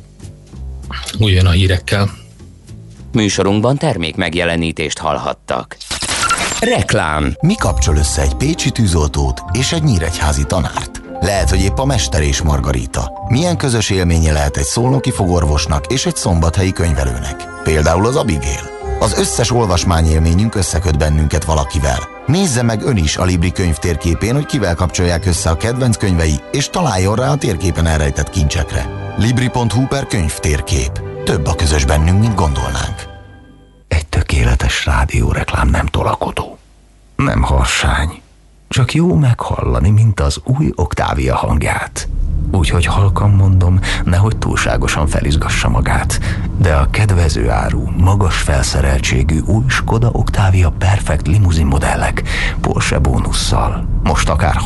úgy jön a hírekkel. Műsorunkban termék megjelenítést hallhattak. Reklám. Mi kapcsol össze egy pécsi tűzoltót és egy nyíregyházi tanárt? Lehet, hogy épp a Mester és Margarita. Milyen közös élménye lehet egy szolnoki fogorvosnak és egy szombathelyi könyvelőnek? Például az Abigail. Az összes olvasmányélményünk összeköt bennünket valakivel. Nézze meg ön is a Libri könyv térképén, hogy kivel kapcsolják össze a kedvenc könyvei, és találjon rá a térképen elrejtett kincsekre. Libri.hu/könyv térkép. Több a közös bennünk, mint gondolnánk. Egy tökéletes rádióreklám nem tolakodó. Nem harsány. Csak jó meghallani, mint az új Octavia hangját. Úgyhogy halkan mondom, nehogy túlságosan felizgassa magát. De a kedvező áru, magas felszereltségű új Skoda Octavia Perfect limuzin modellek Porsche bónusszal most akár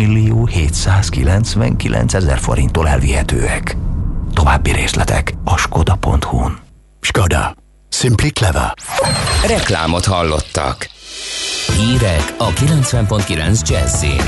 6.799.000 forinttól elvihetőek. További részletek a skoda.hu-n. Skoda. Simply clever. Reklámot hallottak. Hírek a 90.9 Jazzin.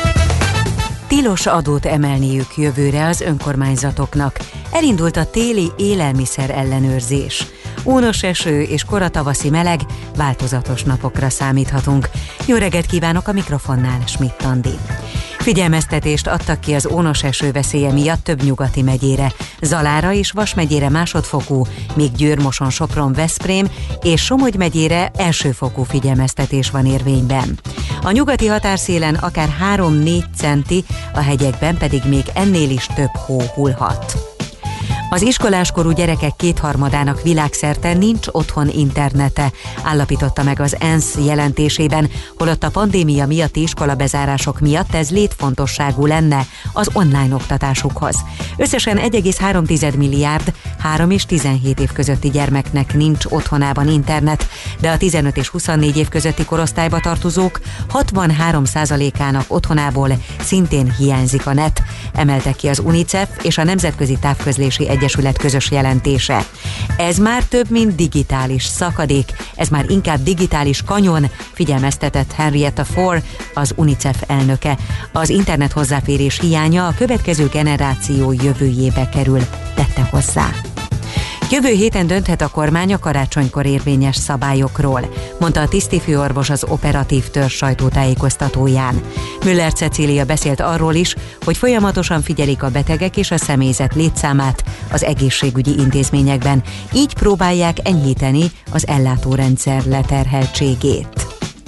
Tilos adót emelniük jövőre az önkormányzatoknak. Elindult a téli élelmiszer ellenőrzés. Ónos eső és koratavaszi meleg, változatos napokra számíthatunk. Jó reggelt kívánok, a mikrofonnál Schmidt Andi. Figyelmeztetést adtak ki az ónos eső veszélye miatt több nyugati megyére. Zalára és Vas megyére másodfokú, míg Győr, Moson, Sopron, Veszprém és Somogy megyére elsőfokú figyelmeztetés van érvényben. A nyugati határszélen akár 3-4 centi, a hegyekben pedig még ennél is több hó hullhat. Az iskoláskorú gyerekek 2/3-ának világszerte nincs otthon internete, állapította meg az ENSZ jelentésében, holott a pandémia miatti iskolabezárások miatt ez létfontosságú lenne az online oktatásukhoz. Összesen 1,3 milliárd 3 és 17 év közötti gyermeknek nincs otthonában internet, de a 15 és 24 év közötti korosztályba tartozók 63%-ának otthonából szintén hiányzik a net, emelte ki az UNICEF és a Nemzetközi Távközlési Egyesület közös jelentése. Ez már több, mint digitális szakadék, ez már inkább digitális kanyon, figyelmeztetett Henrietta Fore, az UNICEF elnöke. Az internet hozzáférés hiánya a következő generáció jövőjébe kerül, tette hozzá. Jövő héten dönthet a kormány a karácsonykor érvényes szabályokról, mondta a tisztifőorvos az operatív törzs sajtótájékoztatóján. Müller Cecília beszélt arról is, hogy folyamatosan figyelik a betegek és a személyzet létszámát az egészségügyi intézményekben, így próbálják enyhíteni az ellátórendszer leterheltségét.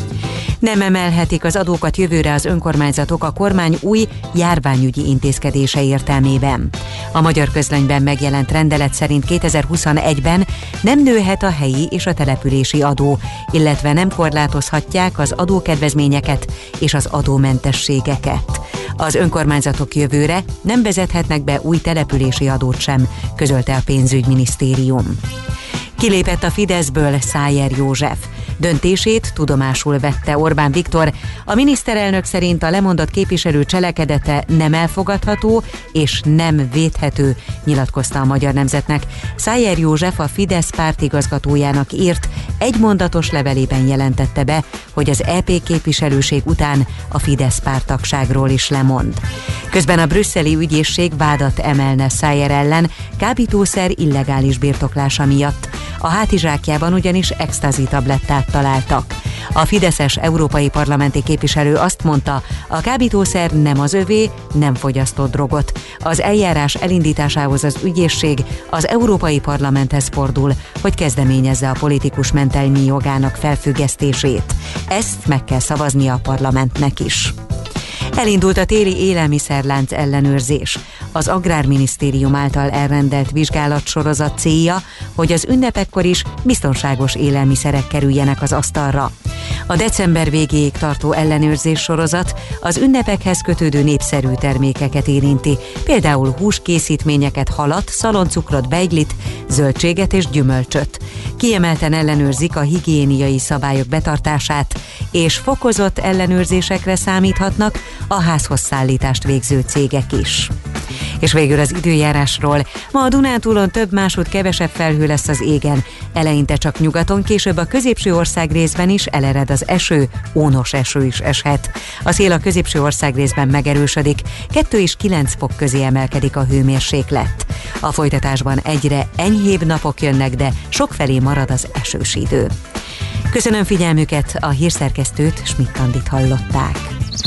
Nem emelhetik az adókat jövőre az önkormányzatok a kormány új járványügyi intézkedése értelmében. A Magyar Közlönyben megjelent rendelet szerint 2021-ben nem nőhet a helyi és a települési adó, illetve nem korlátozhatják az adókedvezményeket és az adómentességeket. Az önkormányzatok jövőre nem vezethetnek be új települési adót sem, közölte a pénzügyminisztérium. Kilépett a Fideszből Szájer József. Döntését tudomásul vette Orbán Viktor. A miniszterelnök szerint a lemondott képviselő cselekedete nem elfogadható és nem védhető, nyilatkozta a Magyar Nemzetnek. Szájer József a Fidesz pártigazgatójának írt egymondatos levelében jelentette be, hogy az EP képviselőség után a Fidesz párttagságról is lemond. Közben a brüsszeli ügyészség vádat emelne Szájer ellen kábítószer illegális birtoklása miatt. A hátizsákjában ugyanis extázi tablettát találtak. A fideszes európai parlamenti képviselő azt mondta, a kábítószer nem az övé, nem fogyasztott drogot. Az eljárás elindításához az ügyészség az Európai Parlamenthez fordul, hogy kezdeményezze a politikus mentelmi jogának felfüggesztését. Ezt meg kell szavaznia a parlamentnek is. Elindult a téli élelmiszerlánc ellenőrzés. Az Agrárminisztérium által elrendelt vizsgálatsorozat célja, hogy az ünnepekkor is biztonságos élelmiszerek kerüljenek az asztalra. A december végéig tartó ellenőrzés sorozat az ünnepekhez kötődő népszerű termékeket érinti, például húskészítményeket, halat, szaloncukrot, beiglit, zöldséget és gyümölcsöt. Kiemelten ellenőrzik a higiéniai szabályok betartását, és fokozott ellenőrzésekre számíthatnak a házhoz szállítást végző cégek is. És végül az időjárásról. Ma a Dunántúlon több másút kevesebb felhő lesz az égen. Eleinte csak nyugaton, később a középső ország részben is elered az eső, ónos eső is eshet. A szél a középső ország részben megerősödik, 2 és 9 fok közé emelkedik a hőmérséklet. A folytatásban egyre enyhébb napok jönnek, de sokfelé marad az esős idő. Köszönöm figyelmüket, a hírszerkesztőt, Schmidt Andit hallották.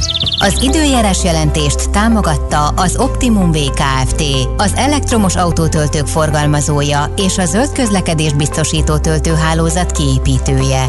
Az időjárás jelentést támogatta az Optimum Kft., az elektromos autótöltők forgalmazója és a zöld közlekedés biztosító töltőhálózat kiépítője.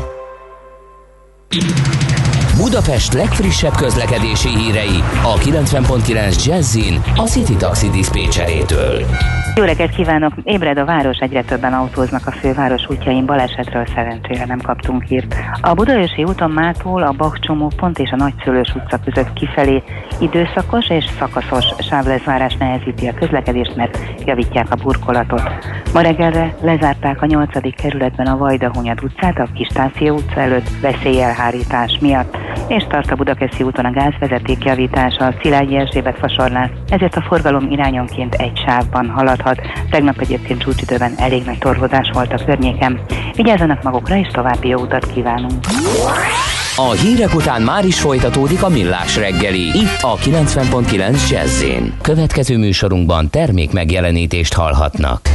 Budapest legfrissebb közlekedési hírei a 90.9 Jazzin a City Taxi diszpécserétől. Jó reggelt kívánok! Ébred a város, egyre többen autóznak a főváros útjain, balesetről szerencsére nem kaptunk hírt. A Budaörsi úton mától a Bach csomópont és a Nagyszőlős utca között kifelé időszakos és szakaszos sávlezárás nehezíti a közlekedést, mert javítják a burkolatot. Ma reggelre lezárták a 8. kerületben a Vajdahunyad utcát a Kistászia utca előtt veszélyelhárítás miatt, és tart a Budakeszi úton a gázvezeték javítása a Szilágyi Erzsébet fasornál, ezért a forgalom irányonként egy sávban haladhat. Tegnap egyébként csúcsidőben elég nagy torlódás volt a környéken. Vigyázzanak magukra, és további jó utat kívánunk! A hírek után már is folytatódik a Millás reggeli, itt a 90.9 Jazz-in. Következő műsorunkban termék megjelenítést hallhatnak.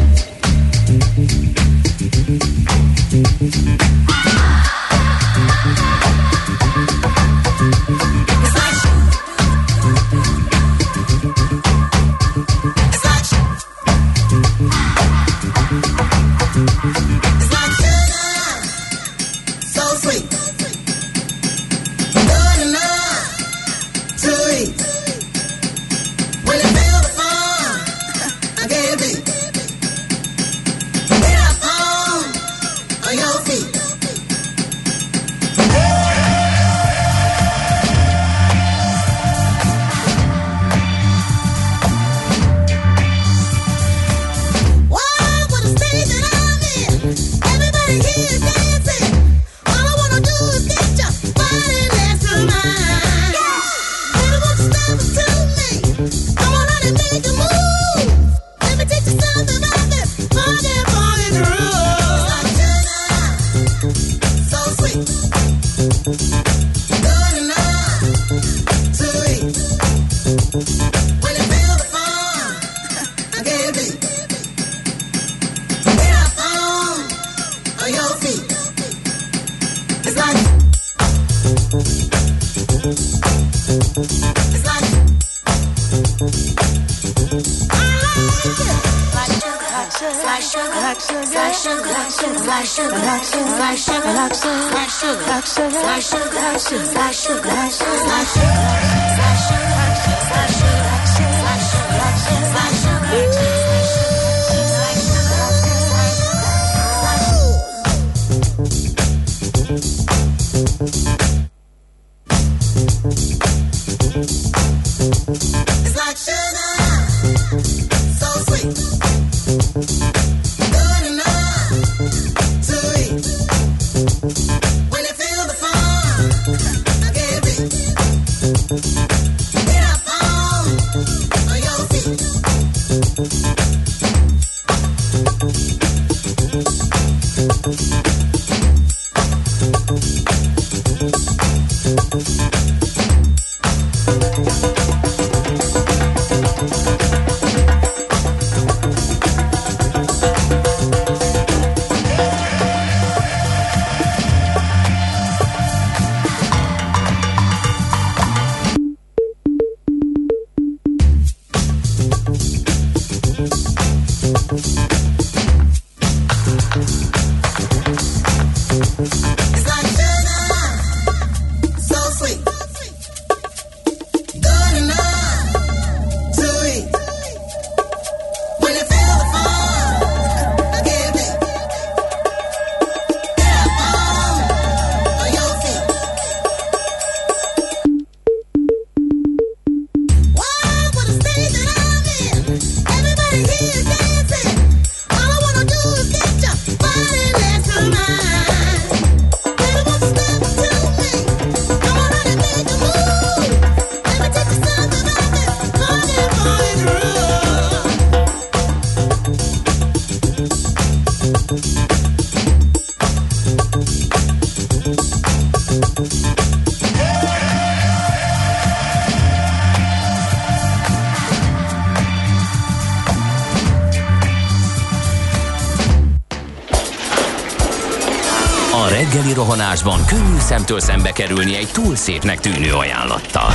Reggeli rohanásban könnyű szemtől szembe kerülni egy túl szépnek tűnő ajánlattal.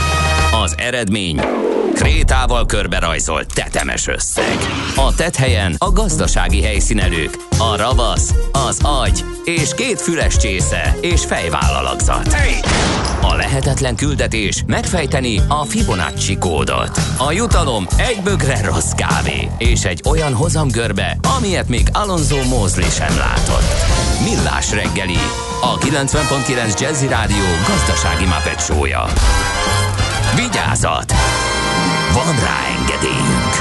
Az eredmény krétával körberajzolt tetemes összeg. A tetthelyen a gazdasági helyszínelők, a ravasz, az agy és 2 füles csésze és fejvállalakzat. A lehetetlen küldetés megfejteni a Fibonacci kódot. A jutalom egy bögre rossz kávé és egy olyan hozamgörbe, amilyet még Alonso Mosley sem látott. Millás reggeli, a 90.9 Jazzy Rádió gazdasági Muppet show-ja. Vigyázat! Van rá engedélyünk!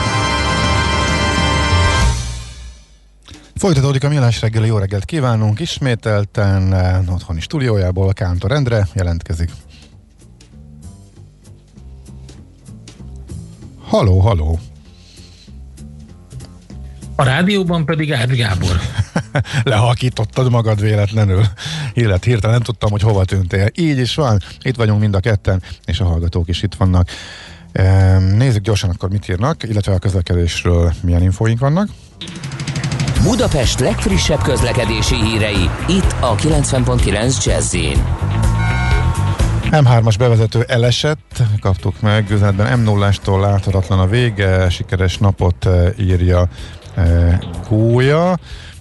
Folytatódik a Millás reggeli, jó reggelt kívánunk! Ismételten otthoni stúdiójából Kántor Endre jelentkezik. Haló, haló! A rádióban pedig Ács Gábor. Lehalkítottad magad véletlenül. illetve hirtelen nem tudtam, hogy hova tűntél. Így is van, itt vagyunk mind a ketten, és a hallgatók is itt vannak. Nézzük gyorsan akkor mit írnak, illetve a közlekedésről milyen infóink vannak. Budapest legfrissebb közlekedési hírei, itt a 90.9 Jazz-in. M3-as bevezető elesett, kaptuk meg üzenetben, M0-ástól láthatatlan a vége, sikeres napot írja Gólya.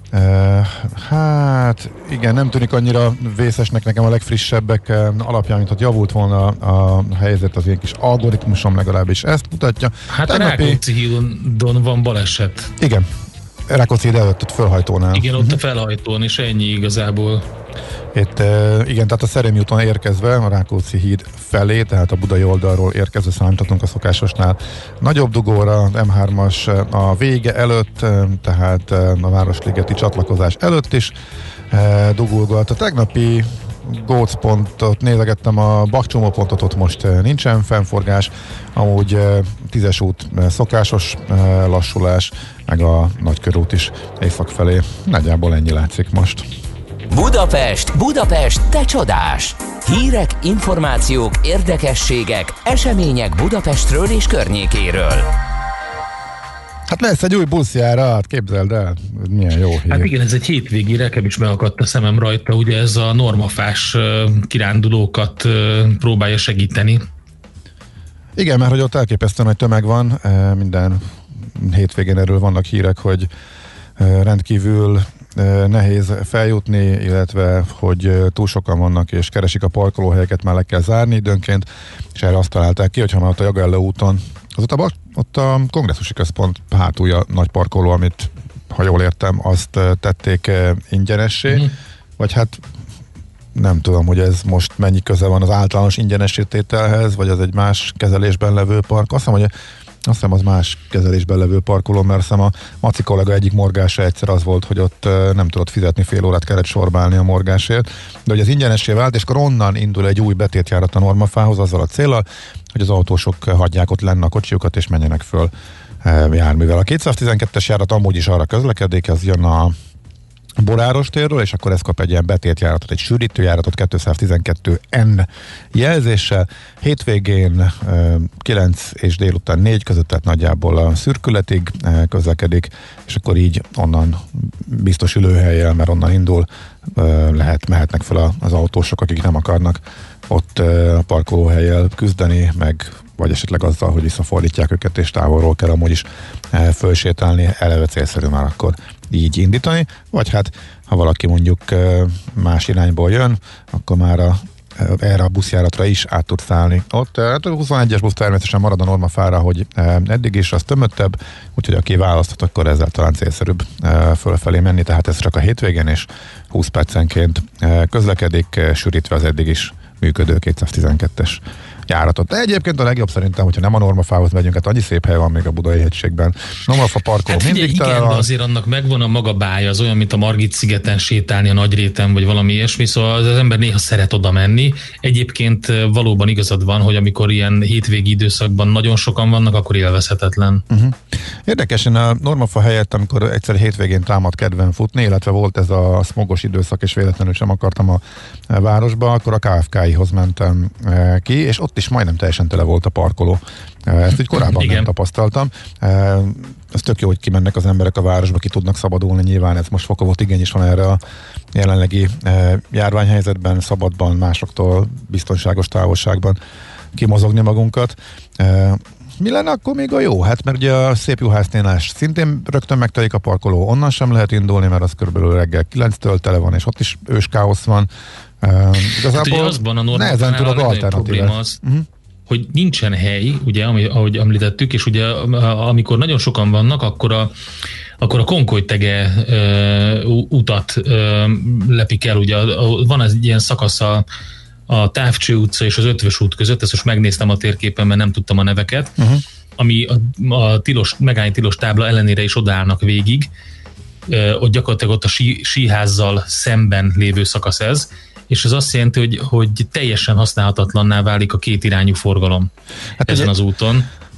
Hát igen, nem tűnik annyira vészesnek nekem a legfrissebbek alapján, mint hogy javult volna a helyzet, az én kis algoritmusom legalábbis ezt mutatja. Hát a Rákóczi hídon van baleset. Igen, Rákóczi híd előtt ott fölhajtónál. Igen, ott a felhajtón, és ennyi igazából. Itt, igen, tehát a Szerémi úton érkezve a Rákóczi híd felé, tehát a budai oldalról érkezve számítatunk a szokásosnál nagyobb dugóra, M3-as a vége előtt, tehát a Városligeti csatlakozás előtt is dugulgat. A tegnapi gócpontot nézegettem, a bakcsomópontot, ott most nincsen fennforgás, amúgy 10-es út szokásos lassulás, meg a Nagykörút is észak felé. Nagyjából ennyi látszik most. Budapest, te csodás! Hírek, információk, érdekességek, események Budapestről és környékéről. Hát lesz egy új buszjárat, képzeld el, milyen jó hír. Hát igen, ez egy hétvégi, nekem is beakadt a szemem rajta, ugye ez a normafás kirándulókat próbálja segíteni. Igen, mert hogy ott elképesztően nagy tömeg van, minden hétvégén erről vannak hírek, hogy rendkívül nehéz feljutni, illetve hogy túl sokan vannak és keresik a parkolóhelyeket, már le kell zárni időnként, és erre azt találták ki, hogyha már ott a Jagelló úton, ott a kongresszusi központ hátulja nagy parkoló, amit, ha jól értem, azt tették ingyenessé, vagy hát nem tudom, hogy ez most mennyi köze van az általános ingyenesítételhez, vagy az egy más kezelésben levő park. Azt hiszem az más kezelésben levő parkoló, mert azt hiszem a Maci kollega egyik morgása egyszer az volt, hogy ott nem tudott fizetni, fél órát kellett sorbálni a morgásért, de hogy az ingyenessé vált, és akkor onnan indul egy új betétjárat a Normafához azzal a céllal, hogy az autósok hagyják ott lenne a kocsiukat, és menjenek föl járművel. A 212-es járat amúgy is arra közlekedik, az jön a Boráros térről, és akkor ez kap egy ilyen betétjáratot, egy sűrítőjáratot 212N jelzéssel. Hétvégén 9 és délután 4 között, tehát nagyjából a szürkületig közlekedik, és akkor így onnan biztos ülőhellyel, mert onnan indul, mehetnek fel az autósok, akik nem akarnak ott a parkolóhellyel küzdeni, meg vagy esetleg azzal, hogy visszafordítják őket, és távolról kell amúgy is fölsétálni, eleve célszerű már akkor így indítani, vagy hát ha valaki mondjuk más irányból jön, akkor már erre a buszjáratra is át tud szállni. Ott a 21-es busz természetesen marad a normafára, hogy eddig is az tömöttebb, úgyhogy aki választhat, akkor ezzel talán célszerűbb fölfelé menni, tehát ez csak a hétvégén, és 20 percenként közlekedik, sűrítve az eddig is működő 212-es járatot. De egyébként a legjobb szerintem, hogyha nem a Normafához megyünk, hát annyi szép hely van még a Budai hegységben. Normafa parkoló hát mindig tele van. De azért annak megvan a maga bája, az olyan, mint a Margit-szigeten sétálni, a Nagyréten, vagy valami ilyesmi, szóval az ember néha szeret oda menni. Egyébként valóban igazad van, hogy amikor ilyen hétvégi időszakban nagyon sokan vannak, akkor élvezhetetlen. Érdekesen a Normafa helyett, amikor egyszer hétvégén támad kedven futni, illetve volt ez a smogos időszak, és véletlenül sem akartam a városba, akkor a KFK-ihoz mentem ki, és ott is majdnem teljesen tele volt a parkoló. Ezt így korábban nem tapasztaltam. Ez tök jó, hogy kimennek az emberek a városba, ki tudnak szabadulni, nyilván ez most fokozott igény is van erre a jelenlegi járványhelyzetben, szabadban, másoktól biztonságos távolságban kimozogni magunkat. Mi lenne akkor még a jó? Hát mert ugye a Szép Juhásznél szintén rögtön megtelik a parkoló, onnan sem lehet indulni, mert az körülbelül reggel 9-től tele van, és ott is őskáosz van. Igazából hát azban a nehezen tudok alternatívát. Hogy nincsen hely, ugye, ahogy említettük, és ugye amikor nagyon sokan vannak, akkor a Konkoly-Tege utat lepik el, ugye van egy ilyen szakasz a Távcső utca és az Ötvös út között, ezt most megnéztem a térképen, mert nem tudtam a neveket, ami a megállni tilos tábla ellenére is odaállnak végig, ott gyakorlatilag ott a síházzal szemben lévő szakasz ez, és ez azt jelenti, hogy teljesen használhatatlanná válik a kétirányú forgalom ezen az úton.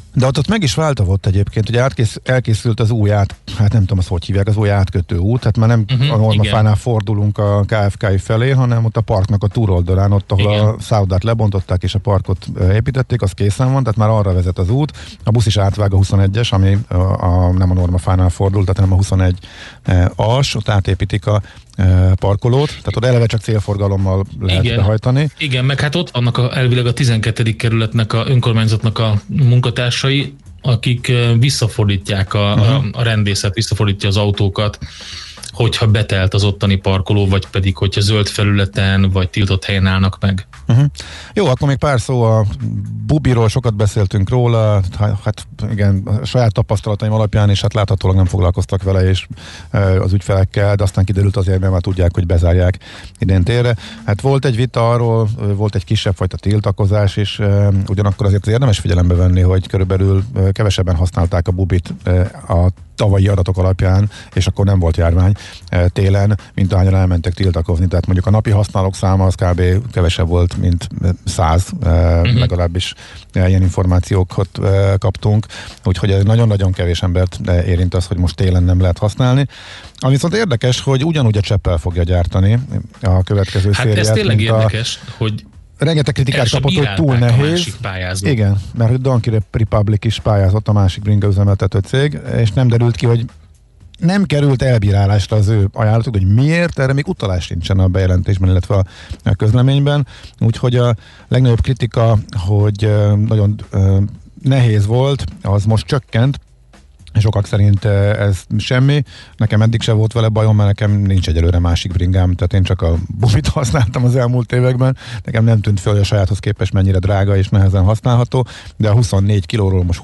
De ott meg is váltavott egyébként, hogy elkészült az új hát nem tudom, azt hogy hívják, az új átkötő út, hát már nem a Normafánál fordulunk a KFK felé, hanem ott a parknak a túloldalán, ott ahol a szállodát lebontották és a parkot építették, az készen van, tehát már arra vezet az út. A busz is átvág a 21-es, ami nem a Normafánál fordult, tehát nem a 21-as, ott átépítik a parkolót, tehát ott eleve csak célforgalommal lehet behajtani. Igen, meg hát ott annak elvileg a 12. kerületnek, a önkormányzatnak a munkatársai, akik visszafordítják a rendészet, visszafordítja az autókat, hogyha betelt az ottani parkoló, vagy pedig, hogyha zöld felületen, vagy tiltott helyen állnak meg. Jó, akkor még pár szó a Bubiról, sokat beszéltünk róla, hát igen, a saját tapasztalataim alapján, és hát láthatólag nem foglalkoztak vele, és az ügyfelekkel, de aztán kiderült azért, mert már tudják, hogy bezárják idén térre. Hát volt egy vita arról, volt egy kisebb fajta tiltakozás, és ugyanakkor azért érdemes figyelembe venni, hogy körülbelül kevesebben használták a Bubit a tavalyi adatok alapján, és akkor nem volt járvány télen, mint ahányan elmentek tiltakozni. Tehát mondjuk a napi használók száma az kb. Kevesebb volt, mint 100, legalábbis ilyen információkat kaptunk. Úgyhogy ez nagyon-nagyon kevés embert érint az, hogy most télen nem lehet használni. Ami viszont érdekes, hogy ugyanúgy a Cseppel fogja gyártani a következő szériát. Hát ez tényleg érdekes, hogy rengeteg kritikát kapott, hogy túl nehéz. Igen, mert hogy Donkey Republic is pályázott, a másik bringa üzemeltető cég, és nem derült ki, hogy nem került elbírálásra az ő ajánlatuk, hogy miért, erre még utalás nincsen a bejelentésben, illetve a közleményben. Úgyhogy a legnagyobb kritika, hogy nagyon nehéz volt, az most csökkent, sokak szerint ez semmi. Nekem eddig se volt vele bajom, mert nekem nincs egyelőre másik bringám, tehát én csak a Bubit használtam az elmúlt években. Nekem nem tűnt föl, hogy a sajáthoz képest mennyire drága és nehezen használható, de a 24 kilóról most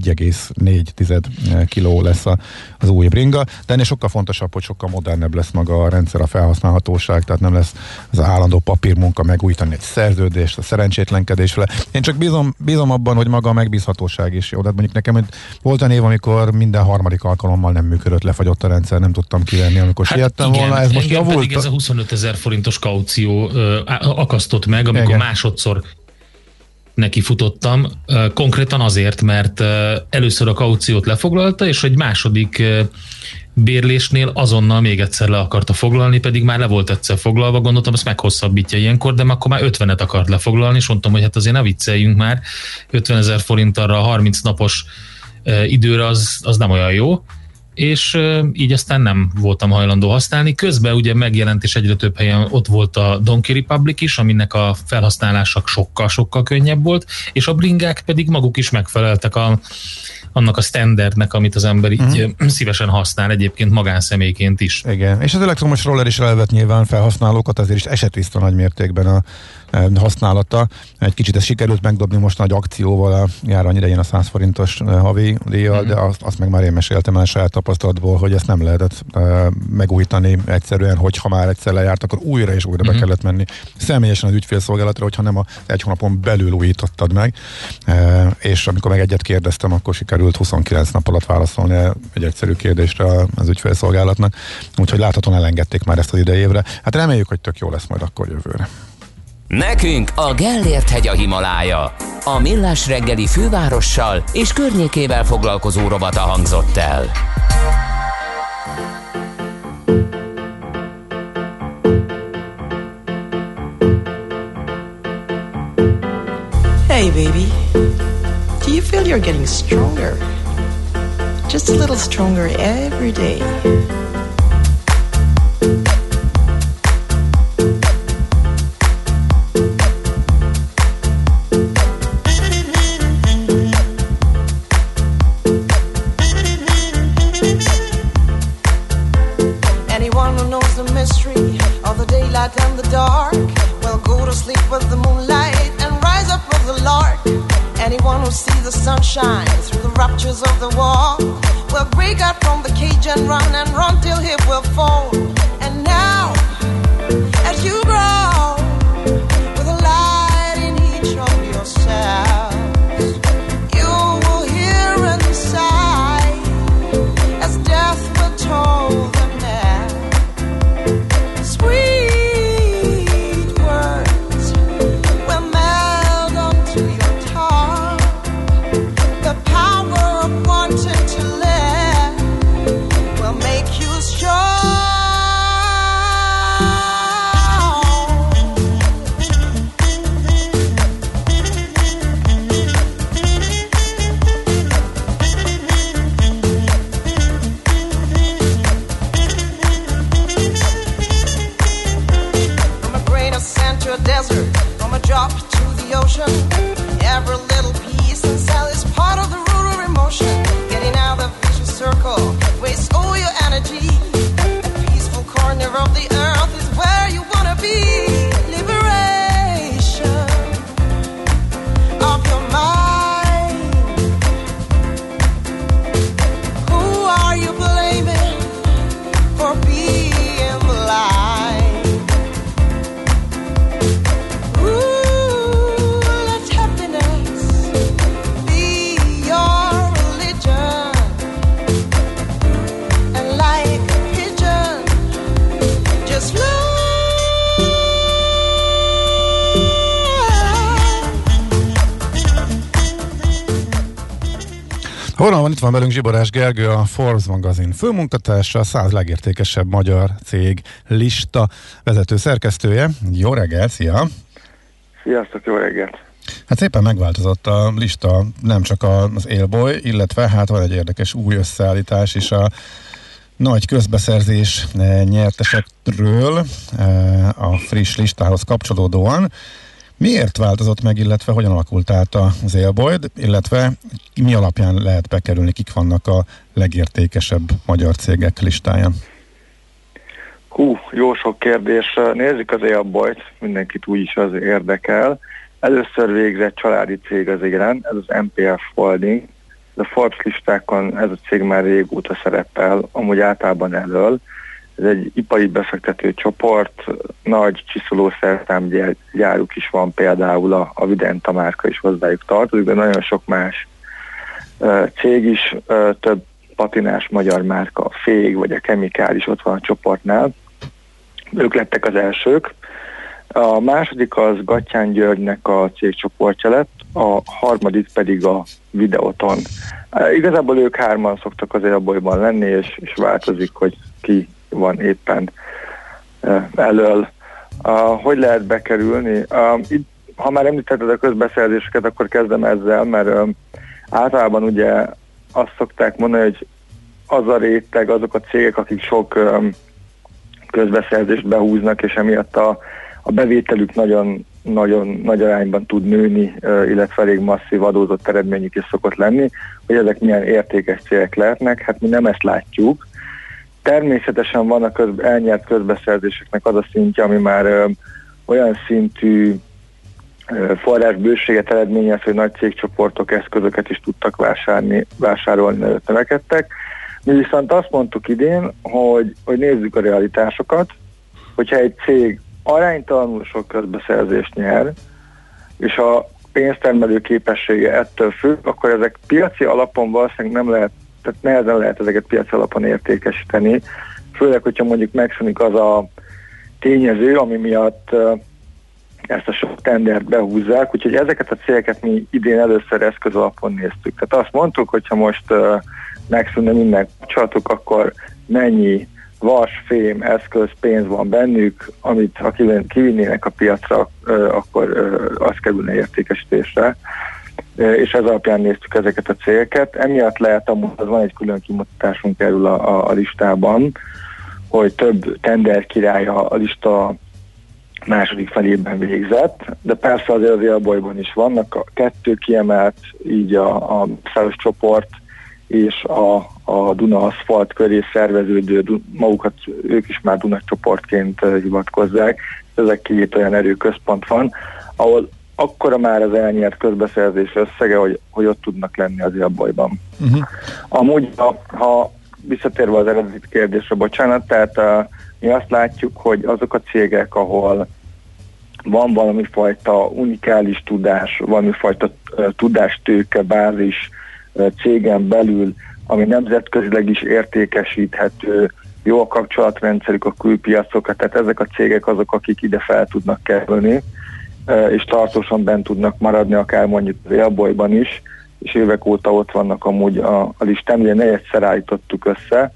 21,4 kiló lesz az új bringa. De ennél sokkal fontosabb, hogy sokkal modernebb lesz maga a rendszer, a felhasználhatóság, tehát nem lesz az állandó papírmunka megújítani egy szerződést, a szerencsétlenkedésre. Én csak bízom abban, hogy maga a megbízhatóság is jó. Tehát mondjuk nekem volt olyan év, amikor minden harmadik alkalommal nem működött, lefagyott a rendszer, nem tudtam kivenni, amikor siettem volna. Ez most javult. Pedig ez a 25 000 forintos kaució akasztott meg, amikor másodszor neki futottam, konkrétan azért, mert először a kauciót lefoglalta, és egy második bérlésnél azonnal még egyszer le akarta foglalni, pedig már le volt egyszer foglalva, gondoltam, azt meghosszabbítja ilyenkor, de akkor már 50-et akart lefoglalni, és mondtam, hogy hát azért ne vicceljünk már, 50 000 forint arra a 30 napos időre az nem olyan jó, és így aztán nem voltam hajlandó használni. Közben ugye megjelent, és egyre több helyen ott volt a Donkey Republic is, aminek a felhasználása sokkal-sokkal könnyebb volt, és a bringák pedig maguk is megfeleltek annak a standardnek, amit az ember így szívesen használ, egyébként magánszemélyként is. Igen, és az elektromos roller is elvet nyilván felhasználókat, azért is esett nagy mértékben a használata. Egy kicsit ez sikerült megdobni most nagy akcióval a járvány idején a 100 forintos havi díjjal, de azt meg már én meséltem el saját tapasztalatból, hogy ezt nem lehetett megújítani egyszerűen, hogyha már egyszer lejárt, akkor újra és újra be kellett menni személyesen az ügyfélszolgálatra, hogyha nem egy hónapon belül újítottad meg, és amikor meg egyet kérdeztem, akkor sikerült 29 nap alatt válaszolni egy egyszerű kérdésre az ügyfélszolgálatnak, úgyhogy láthatóan elengedték már ezt az idejévre. Hát reméljük, hogy tök jó lesz majd akkor jövőre. Nekünk a Gellért-hegy a Himalája. A Millás reggeli fővárossal és környékével foglalkozó rovata hangzott el. Hey baby, do you feel you're getting stronger? Just a little stronger every day. And the dark, well, go to sleep with the moonlight and rise up with the lark. Anyone who sees the sunshine through the raptures of the wall will break out from the cage and run till he will fall. And now, as you grow with a light in each of yourselves, you will hear inside as death will toll the man. Sweet the Honnan van? Itt van velünk Zsiborás Gergő, a Forbes magazin főmunkatársa, a 100 legértékesebb magyar cég lista vezető szerkesztője. Jó reggel, szia! Sziasztok, jó reggelt! Hát szépen megváltozott a lista, nem csak az élboly, illetve hát van egy érdekes új összeállítás is a nagy közbeszerzés nyertesekről a friss listához kapcsolódóan. Miért változott meg, illetve hogyan alakult át az élboly, illetve mi alapján lehet bekerülni, kik vannak a legértékesebb magyar cégek listáján? Jó sok kérdés. Nézzük az élbolyt, mindenkit úgyis az érdekel. Először végzett családi cég az élen, ez az MPF Holding. A Forbes listákon ez a cég már régóta szerepel, amúgy általában elől. Ez egy ipari befektető csoport, nagy csiszolószerszámgyáruk is van, például a Videnta márka is hozzájuk tartozik, de nagyon sok más cég is, több patinás magyar márka, a Fég vagy a Chemical is ott van a csoportnál. Ők lettek az elsők. A második az Gattyán Györgynek a cégcsoportja lett, a harmadik pedig a Videoton. Igazából ők hárman szoktak az élbolyban lenni, és változik, hogy ki van éppen elől. Hogy lehet bekerülni? Ha már említetted a közbeszerzéseket, akkor kezdem ezzel, mert általában ugye azt szokták mondani, hogy az a réteg, azok a cégek, akik sok közbeszerzést behúznak, és emiatt a bevételük nagyon nagy arányban tud nőni, illetve elég masszív adózott eredményük is szokott lenni, hogy ezek milyen értékes cégek lehetnek. Hát mi nem ezt látjuk. Természetesen van a elnyert közbeszerzéseknek az a szintje, ami már olyan szintű forrásbőséget eredményez, hogy nagy cégcsoportok eszközöket is tudtak vásárolni, előtt növekedtek. Mi viszont azt mondtuk idén, hogy nézzük a realitásokat, hogyha egy cég aránytalanul sok közbeszerzést nyer, és a pénztermelő képessége ettől függ, akkor ezek piaci alapon valószínűleg nem lehet, tehát nehezen lehet ezeket piaci alapon értékesíteni, főleg, hogyha mondjuk megszűnik az a tényező, ami miatt ezt a sok tendert behúzzák, úgyhogy ezeket a cégeket mi idén először eszköz alapon néztük. Tehát azt mondtuk, hogyha most megszűnne minden kapcsolatuk, akkor mennyi vas, fém, eszköz, pénz van bennük, amit ha kivinnének a piacra, akkor az kerülne értékesítésre. És ez alapján néztük ezeket a cégeket. Emiatt lehet, az van egy külön kimutatásunk erről a listában, hogy több tender királya a lista második felében végzett, de persze azért az élbolyban is vannak a kettő kiemelt, így a Száros csoport és a Duna Aszfalt köré szerveződő, magukat ők is már Duna csoportként hivatkozzák. Ezek két olyan erőközpont van, ahol akkora már az elnyert közbeszerzés összege, hogy ott tudnak lenni az élbolyban. Amúgy, ha visszatérve az eredeti kérdésre, bocsánat, tehát mi azt látjuk, hogy azok a cégek, ahol van valami fajta unikális tudás, valami fajta tudástőke, bázis cégen belül, ami nemzetközileg is értékesíthető, jó a kapcsolatrendszerük a külpiacokat, tehát ezek a cégek azok, akik ide fel tudnak kerülni, és tartósan bent tudnak maradni, akár mondjuk az élbolyban is, és évek óta ott vannak amúgy a listán, ugye negyedszer állítottuk össze,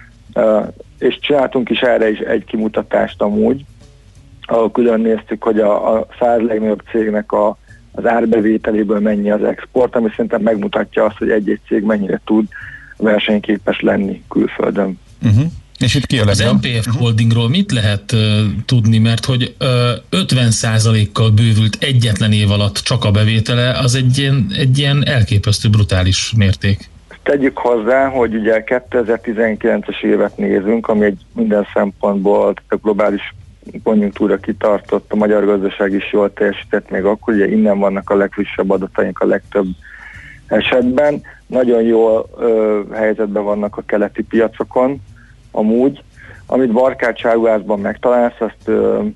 és csináltunk is erre is egy kimutatást amúgy, ahol külön néztük, hogy a 100 legnagyobb cégnek az árbevételéből mennyi az export, ami szerintem megmutatja azt, hogy egy-egy cég mennyire tud versenyképes lenni külföldön. És itt ki a az MPF Holdingról mit lehet tudni, mert hogy 50%-kal bővült egyetlen év alatt csak a bevétele, az egy ilyen elképesztő brutális mérték. Tegyük hozzá, hogy ugye 2019-es évet nézünk, ami egy minden szempontból a globális konjunktúra kitartott, a magyar gazdaság is jól teljesített még akkor, ugye innen vannak a legfrissebb adataink a legtöbb esetben. Nagyon jól helyzetben vannak a keleti piacokon, amúgy. Amit Barkács áruházban megtalálsz, azt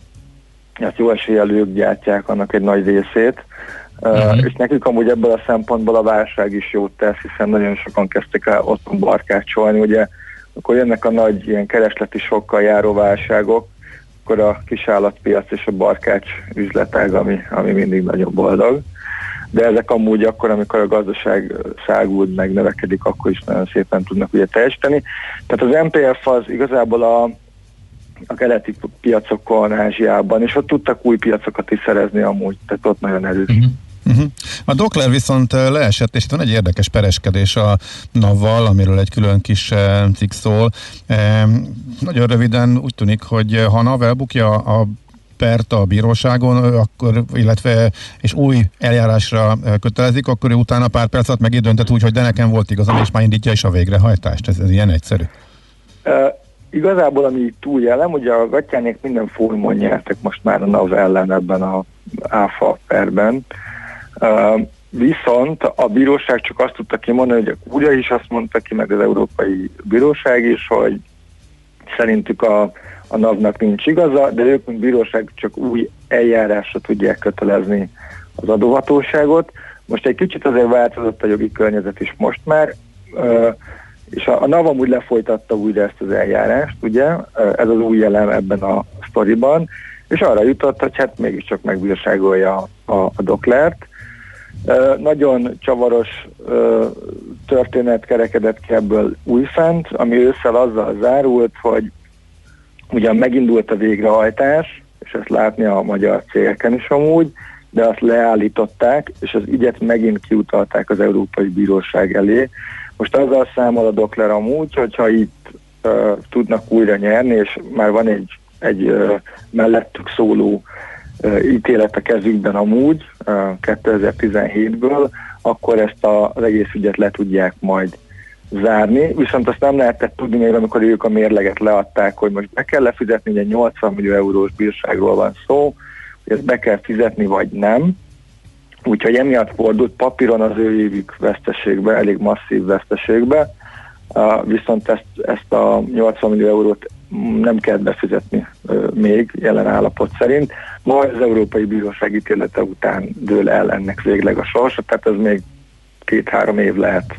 jó eséllyel ők gyártják annak egy nagy részét, és nekünk amúgy ebből a szempontból a válság is jót tesz, hiszen nagyon sokan kezdtek el otthon barkácsolni, ugye akkor jönnek a nagy ilyen keresleti sokkal járó válságok, akkor a kisállatpiac és a barkács üzletág, ami mindig nagyon boldog. de ezek amúgy akkor, amikor a gazdaság száguld, meg növekedik, akkor is nagyon szépen tudnak ugye teljesíteni. Tehát az MPF az igazából a keleti piacokon, Ázsiában, és ott tudtak új piacokat is szerezni amúgy, tehát ott nagyon erős. A Dockler viszont leesett, és itt van egy érdekes pereskedés a NAV-val, amiről egy külön kis cikk szól. Nagyon röviden úgy tűnik, hogy ha a NAV elbukja a pert a bíróságon, akkor, illetve és új eljárásra kötelezik, akkor ő utána pár perc alatt megint döntett úgy, hogy de nekem volt igazam, és már indítja is a végrehajtást. Ez ilyen egyszerű. Igazából, ami itt túl jellem, ugye a Gattyánék minden fórumon nyertek most már a NAV ellen ebben az ÁFA perben. Viszont a bíróság csak azt tudta kimondani, hogy a kúria is azt mondta ki, meg az Európai Bíróság is, hogy szerintük a NAV-nak nincs igaza, de ők, mint bíróság, csak új eljárásra tudják kötelezni az adóhatóságot. Most egy kicsit azért változott a jogi környezet is most már, és a NAV amúgy lefolytatta újra ezt az eljárást, ugye, ez az új elem ebben a sztoriban, és arra jutott, hogy hát mégiscsak megbírságolja a Docklert. Nagyon csavaros történet kerekedett ki ebből újfent, ami ősszel azzal zárult, hogy ugyan megindult a végrehajtás, és ezt látni a magyar cégeken is amúgy, de azt leállították, és az ügyet megint kiutalták az Európai Bíróság elé. Most azzal számol a Dockler amúgy, hogyha itt tudnak újra nyerni, és már van egy mellettük szóló ítélet a kezükben amúgy 2017-ből, akkor ezt az egész ügyet le tudják majd zárni. Viszont azt nem lehetett tudni még, amikor ők a mérleget leadták, hogy most be kell lefizetni, ugye 80 millió eurós bírságról van szó, hogy ezt be kell fizetni, vagy nem. Úgyhogy emiatt fordult papíron az ő évük veszteségbe, elég masszív veszteségbe, viszont ezt a 80 millió eurót nem kell befizetni még jelen állapot szerint. Majd az Európai Bíróság ítélete után dől el ennek végleg a sorsa, tehát ez még 2-3 év lehet.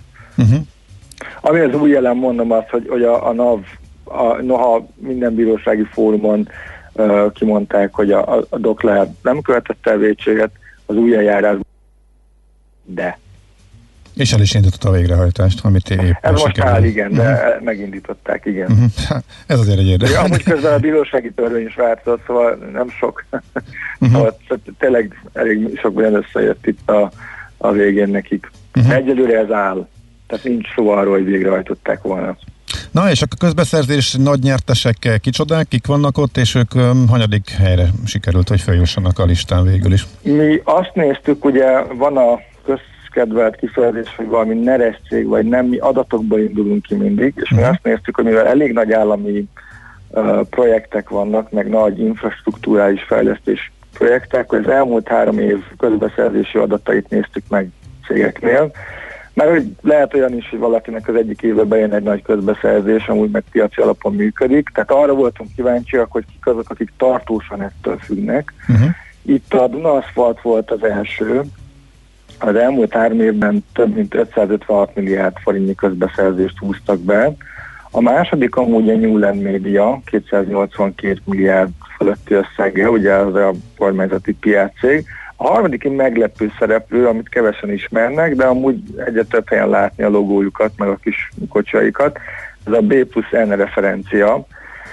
Ami az új jelen, mondom azt, hogy a NAV, noha minden bírósági fórumon kimondták, hogy a Dockler nem követett el vétséget, az új eljárásban, de. És el is indította a végrehajtást, amit épp ez most áll, igen, de megindították, igen. Ez azért egy érdekes. Amúgy közben a bírósági törvény is változott, szóval nem sok. Szóval tényleg elég sok olyan összejött itt a végén nekik. Egyelőre ez áll. Tehát nincs szó arról, hogy végrehajtották volna. Na és a közbeszerzés nagy nyertesek kicsodák, kik vannak ott, és ők hanyadik helyre sikerült, hogy feljussanak a listán végül is? Mi azt néztük, ugye van a közkedvelt kifejezés, hogy valami neres cég, vagy nem, mi adatokból indulunk ki mindig, és mi azt néztük, hogy mivel elég nagy állami projektek vannak, meg nagy infrastruktúrális fejlesztés projektek, hogy az elmúlt 3 év közbeszerzési adatait néztük meg cégeknél, mert hogy lehet olyan is, hogy valakinek az egyik évben bejön egy nagy közbeszerzés, amúgy meg piaci alapon működik, tehát arra voltunk kíváncsiak, hogy kik azok, akik tartósan ettől függnek. Itt a Duna Aszfalt volt az első, az elmúlt 3 évben több mint 556 milliárd forintnyi közbeszerzést húztak be. A második amúgy a Newland Media, 282 milliárd fölötti összeggel, ugye az a kormányzati PR-cég. A harmadik egy meglepő szereplő, amit kevesen ismernek, de amúgy egyre több helyen látni a logójukat, meg a kis kocsaikat. Ez a B+N referencia.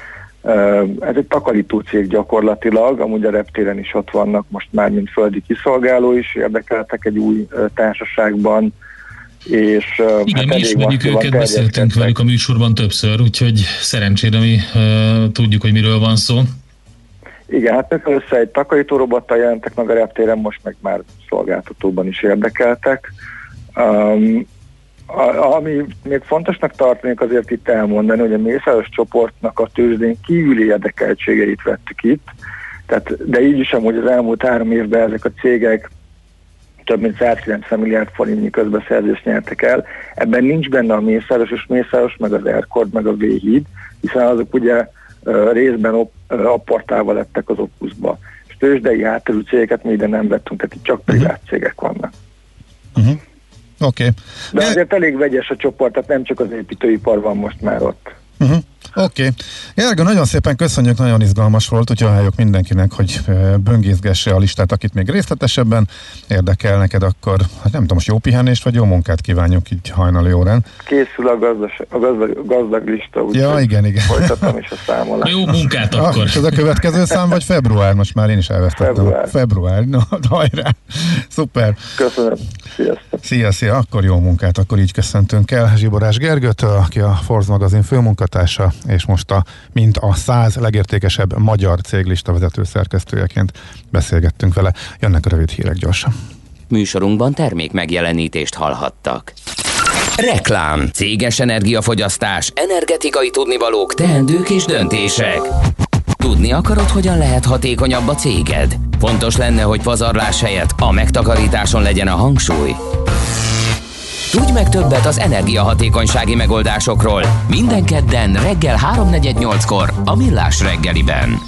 Ez egy takarító cég gyakorlatilag, amúgy a reptéren is ott vannak, most már mint földi kiszolgáló is érdekeltek egy új társaságban. És, igen, mi ismerjük őket, beszéltünk velük a műsorban többször, úgyhogy szerencsére mi tudjuk, hogy miről van szó. Igen, hát össze egy takarítórobattal jelentek meg a reptéren, most meg már szolgáltatóban is érdekeltek. Ami még fontosnak tartanék azért itt elmondani, hogy a Mészáros csoportnak a tőzsdén kívüli érdekeltségeit vettük itt, de így is amúgy az elmúlt 3 évben ezek a cégek több mint 190 milliárd forintnyi közbeszerzést nyertek el. Ebben nincs benne a Mészáros, és Mészáros, meg az Erkord, meg a V-híd, hiszen azok ugye részben apportálva lettek az Opusba. És tőzsdei hátterű cégeket mi ide nem vettünk, tehát itt csak privát cégek vannak. Okay. De azért elég vegyes a csoport, tehát nem csak az építőipar van most már ott. Oké. Gergő, nagyon szépen köszönjük, nagyon izgalmas volt, úgyhogy ajánljuk mindenkinek, hogy böngészgesse a listát, akit még részletesebben érdekel neked, akkor hát nem tudom, most jó pihenést vagy jó munkát kívánjuk így hajnali órán. Készül a gazdag lista, úgyhogy ja, igen. folytatom is a számolást. Jó munkát akkor. És ez a következő szám, vagy február? Most már én is elvesztettem. Február. No, hajrá. Szuper. Köszönöm. Sziasztok. Szia. Akkor jó munkát, akkor így köszöntünk el Zsiborás Gergőt, aki a Forbes magazin főmunkatársa, és most mint a 100 legértékesebb magyar céglista vezető szerkesztőjeként beszélgettünk vele. Jönnek a rövid hírek gyorsan. Műsorunkban termék megjelenítést hallhattak. Reklám, céges energiafogyasztás, energetikai tudnivalók, teendők és döntések. Tudni akarod, hogyan lehet hatékonyabb a céged? Fontos lenne, hogy pazarlás helyett a megtakarításon legyen a hangsúly. Tudj meg többet az energiahatékonysági megoldásokról minden kedden reggel 3:48-kor a Millás reggeliben.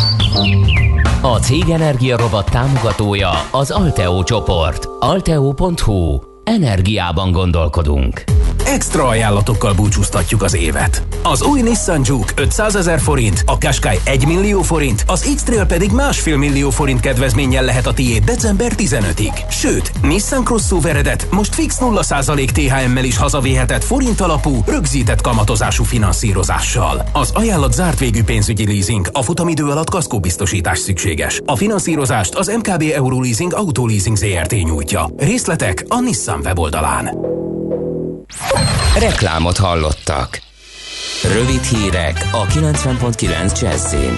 A Cég Energia Robot támogatója az Alteo csoport. Alteo.hu. Energiában gondolkodunk. Extra ajánlatokkal búcsúztatjuk az évet. Az új Nissan Juke 500 000 forint, a Qashqai 1 millió forint, az X-Trail pedig 1,5 millió forint kedvezménnyel lehet a tiéd december 15-ig. Sőt, Nissan Crossoveredet most fix 0% THM-mel is hazavihetett forint alapú, rögzített kamatozású finanszírozással. Az ajánlat zárt végű pénzügyi leasing, a futamidő alatt kaszkóbiztosítás szükséges. A finanszírozást az MKB Euroleasing Autoleasing Zrt. Nyújtja. Részletek a Nissan weboldalán. Reklámot hallottak. Rövid hírek a 90.9 Jazzin.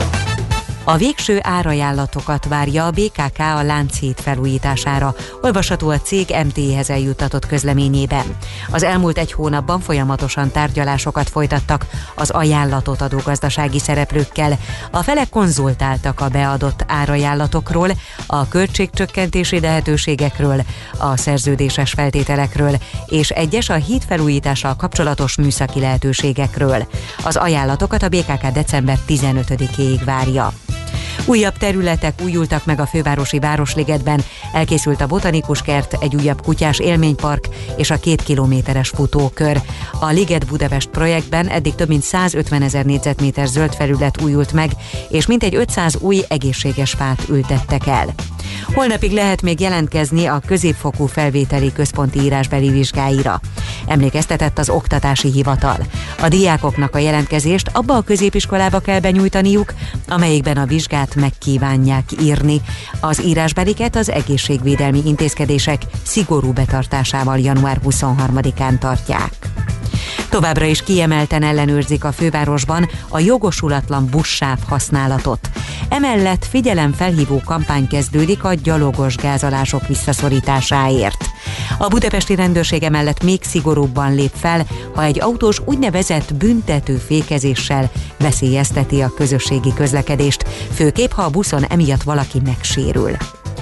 A végső árajánlatokat várja a BKK a Lánchíd felújítására, olvasható a cég MT-hez eljuttatott közleményében. Az elmúlt egy hónapban folyamatosan tárgyalásokat folytattak az ajánlatot adó gazdasági szereplőkkel. A felek konzultáltak a beadott árajánlatokról, a költségcsökkentési lehetőségekről, a szerződéses feltételekről és egyes a híd felújítással kapcsolatos műszaki lehetőségekről. Az ajánlatokat a BKK december 15-éig várja. Újabb területek újultak meg a fővárosi Városligetben, elkészült a botanikus kert, egy újabb kutyás élménypark és a 2 kilométeres futókör. A Liget Budapest projektben eddig több mint 150 000 négyzetméter zöld felület újult meg, és mintegy 500 új egészséges fát ültettek el. Holnapig lehet még jelentkezni a középfokú felvételi központi írásbeli vizsgáira. Emlékeztetett az Oktatási Hivatal. A diákoknak a jelentkezést abba a középiskolába kell benyújtaniuk, amelyikben a vizsgát megkívánják írni. Az írásbeliket az egészségvédelmi intézkedések szigorú betartásával január 23-án tartják. Továbbra is kiemelten ellenőrzik a fővárosban a jogosulatlan buszsáv használatot. Emellett figyelemfelhívó kampány kezdődik a gyalogos gázolások visszaszorításáért. A budapesti rendőrség emellett még szigorúbban lép fel, ha egy autós úgynevezett büntető fékezéssel veszélyezteti a közösségi közlekedést, főképp ha a buszon emiatt valaki megsérül.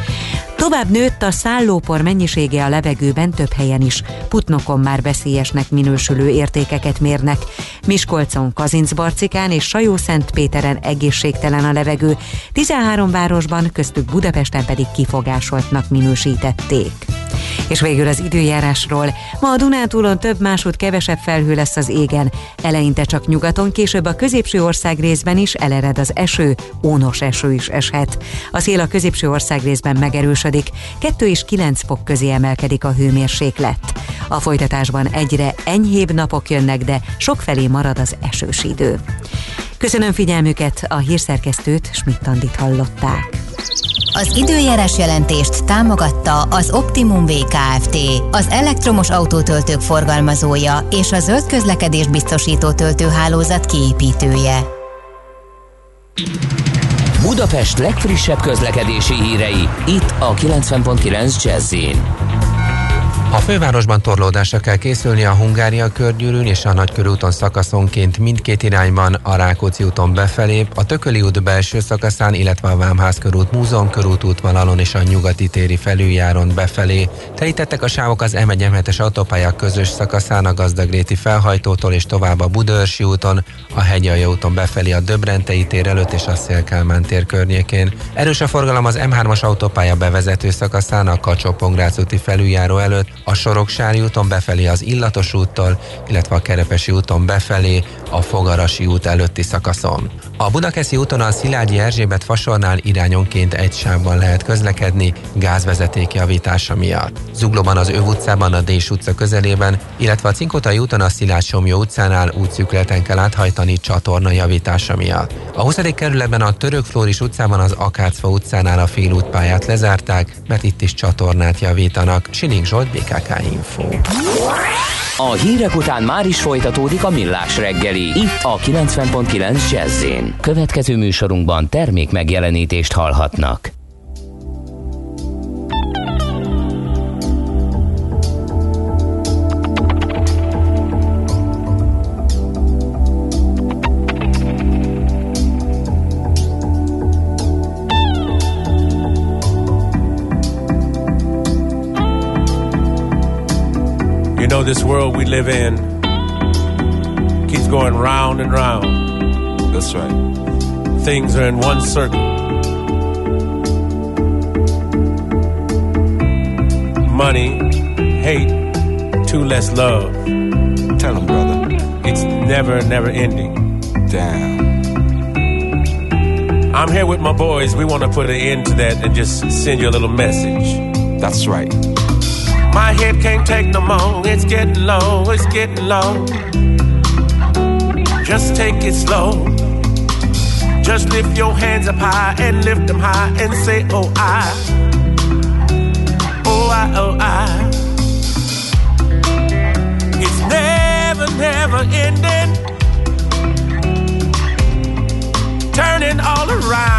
Tovább nőtt a szállópor mennyisége a levegőben több helyen is. Putnokon már veszélyesnek minősülő értékeket mérnek. Miskolcon, Kazincbarcikán és Sajó-Szentpéteren egészségtelen a levegő. 13 városban, köztük Budapesten pedig kifogásoltnak minősítették. És végül az időjárásról. Ma a Dunántúlon több másút kevesebb felhő lesz az égen. Eleinte csak nyugaton, később a középső ország részben is elered az eső, ónos eső is eshet. A szél a középső ország részben megerősödik, 2 és 9 fok közé emelkedik a hőmérséklet. A folytatásban egyre enyhébb napok jönnek, de sokfelé marad az esős idő. Köszönöm figyelmüket, a hírszerkesztőt, Schmidt-Andit hallották. Az időjárás jelentést támogatta az Optimum Kft., az elektromos autótöltők forgalmazója és a zöld közlekedést biztosító töltőhálózat kiépítője. Budapest legfrissebb közlekedési hírei, itt a 90.9 Jazz-in. A fővárosban torlódásra kell készülni a Hungária körgyűrűn és a Nagykörúton szakaszonként mindkét irányban, a Rákóczi úton befelé, a Tököli út belső szakaszán, illetve a Vámház körút, Múzeum körút útvonalon és a Nyugati téri felüljáron befelé. Telítettek a sávok az M1-M7-es autópálya közös szakaszán, a Gazdagréti felhajtótól és tovább a Budaörsi úton, a Hegyalja úton befelé a Döbrentei tér előtt és a Széll-Kálmán tér környékén. Erős a forgalom az M3-as autópálya bevezető szakaszán, a Kacsó-Pongrác úti felüljáró előtt, a Soroksári úton befelé az Illatos úttól, illetve a Kerepesi úton befelé a Fogarasi út előtti szakaszon. A Budakeszi úton a Szilágyi Erzsébet fasornál irányonként egy sávban lehet közlekedni gázvezeték javítása miatt. Zuglóban az Öv utcában a Dés utca közelében, illetve a Cinkotai úton a Szilágysomlyó utcánál útszűkületen kell áthajtani csatorna javítása miatt. A 20. kerületben a Török Flóris utcában az Akácfa utcánál a félútpályát lezárták, mert itt is csatornát javítanak. Siling Zsolt, BKK Info. A hírek után már is folytatódik a Millás reggeli, itt a 90.9 Jazz-én. Következő műsorunkban termék megjelenítést hallhatnak. You know, this world we live in keeps going round and round. That's right. Things are in one circle. Money, hate, two less love. Tell them, brother. It's never, never ending. Damn. I'm here with my boys. We want to put an end to that and just send you a little message. That's right. My head can't take no more. It's getting low, it's getting low. Just take it slow. Just lift your hands up high and lift them high and say, oh, I. Oh, I, oh, I. It's never, never ending. Turning all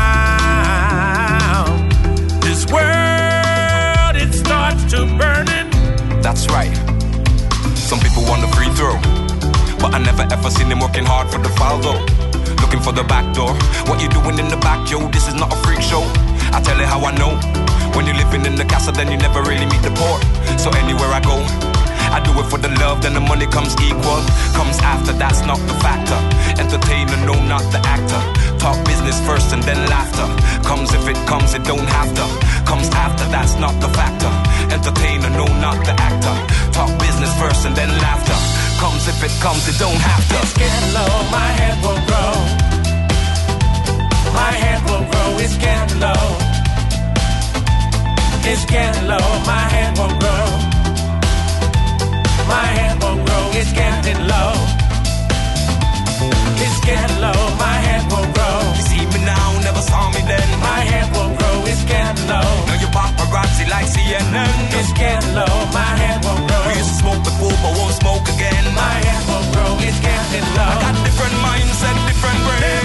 around. This world, it starts to burning. That's right. Some people want the free throw, but I never ever seen them working hard for the foul though. Looking for the back door. What you doing in the back, yo? This is not a freak show. I tell you how I know. When you're living in the castle, then you never really meet the poor. So anywhere I go, I do it for the love, then the money comes equal. Comes after, that's not the factor. Entertainer, no, not the actor. Talk business first and then laughter. Comes if it comes, it don't have to. Comes after, that's not the factor. Entertainer, no, not the actor. Talk business first and then laughter. Comes if it comes, it don't have to. It's getting low, my head will grow. My head will grow, it's getting low. It's getting low, my head will grow. My head will grow, it's getting low. It's getting low, my head will grow. You see me now, never saw me then. My head will grow, it's getting low. Now you paparazzi like CNN. It's getting low, my head will grow. We used to smoke before, but won't smoke again. My head will grow, it's getting low. I got different mindset, different brain.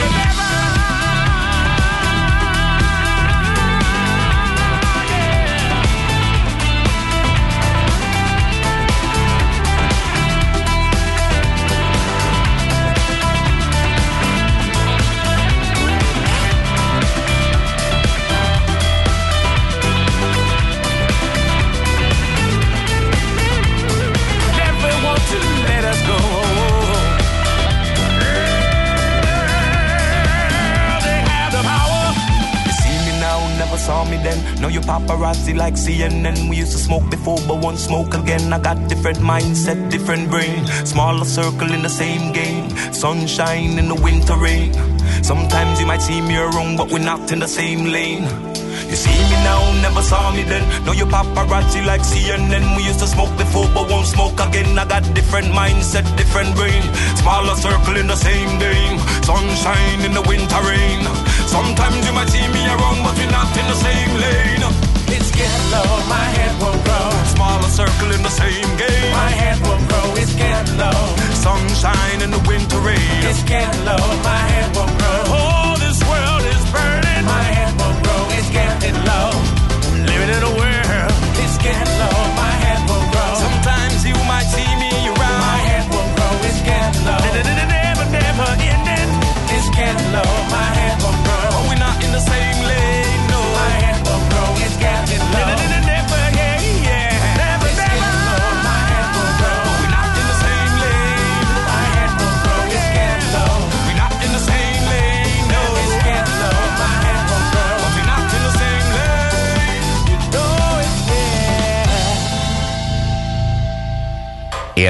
Saw me then, now you paparazzi like CNN. We used to smoke before but won't smoke again. I got different mindset, different brain. Smaller circle in the same game. Sunshine in the winter rain. Sometimes you might see me around but we're not in the same lane. You see me now, never saw me then. Now you paparazzi like CNN. We used to smoke before but won't smoke again. I got different mindset, different brain. Smaller circle in the same game. Sunshine in the winter rain. Sometimes you might see me around but we're not in the same lane. It's getting low, my head will grow. Smaller circle in the same game. My head will grow, it's getting low. Sunshine in the winter rain. It's getting low, my head will grow. Oh, this world is burning. My head will grow, it's getting low. Living in a world. It's getting low, my head will grow. Sometimes you might see me around. My head will grow, it's getting low. Never, never ending. It's getting low, my head will grow. But we're not in the same lane, no. My head will grow, it's getting low. Never, yeah, yeah. Never, it's getting low, my head will grow. But we're not in the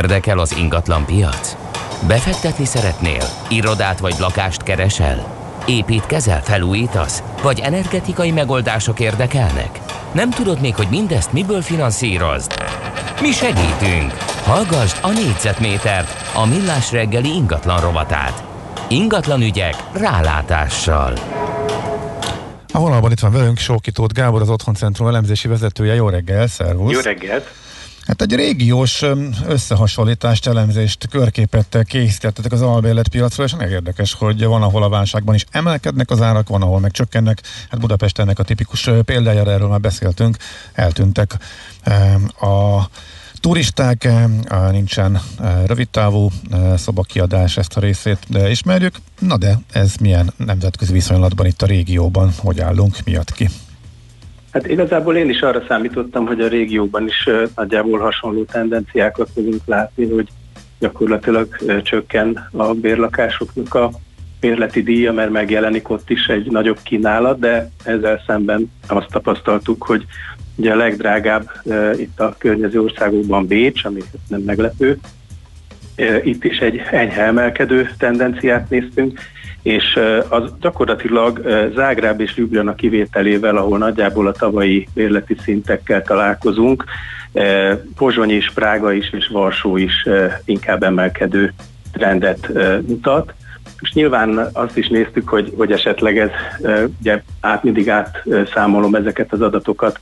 Érdekel az ingatlan piac? Befektetni szeretnél? Irodát vagy lakást keresel? Építkezel, felújítasz? Vagy energetikai megoldások érdekelnek? Nem tudod még, hogy mindezt miből finanszírozd? Mi segítünk! Hallgasd a Négyzetmétert, a Millás reggeli ingatlan rovatát. Ingatlan ügyek rálátással. A vonalban itt van velünk Sóki Tóth Gábor, az Otthoncentrum elemzési vezetője. Jó reggel, szervusz! Jó reggelt! Hát egy régiós összehasonlítást, elemzést, körképet készítettetek az albérletpiacról, és nagyon érdekes, hogy van, ahol a válságban is emelkednek az árak, van, ahol meg csökkennek. Hát Budapest ennek a tipikus példájára, erről már beszéltünk, eltűntek a turisták, nincsen rövidtávú szobakiadás, ezt a részét ismerjük. Na de ez milyen nemzetközi viszonylatban itt a régióban, hogy állunk, mi jött ki? Hát igazából én is arra számítottam, hogy a régióban is nagyjából hasonló tendenciákat fogunk látni, hogy gyakorlatilag csökken a bérlakásoknak a bérleti díja, mert megjelenik ott is egy nagyobb kínálat, de ezzel szemben azt tapasztaltuk, hogy ugye a legdrágább itt a környező országokban Bécs, ami nem meglepő, itt is egy enyhe emelkedő tendenciát néztünk, és az gyakorlatilag Zágráb és Ljubljana kivételével, ahol nagyjából a tavalyi bérleti szintekkel találkozunk, Pozsony is, Prága is és Varsó is inkább emelkedő trendet mutat. És nyilván azt is néztük, hogy esetleg ez, ugye mindig átszámolom ezeket az adatokat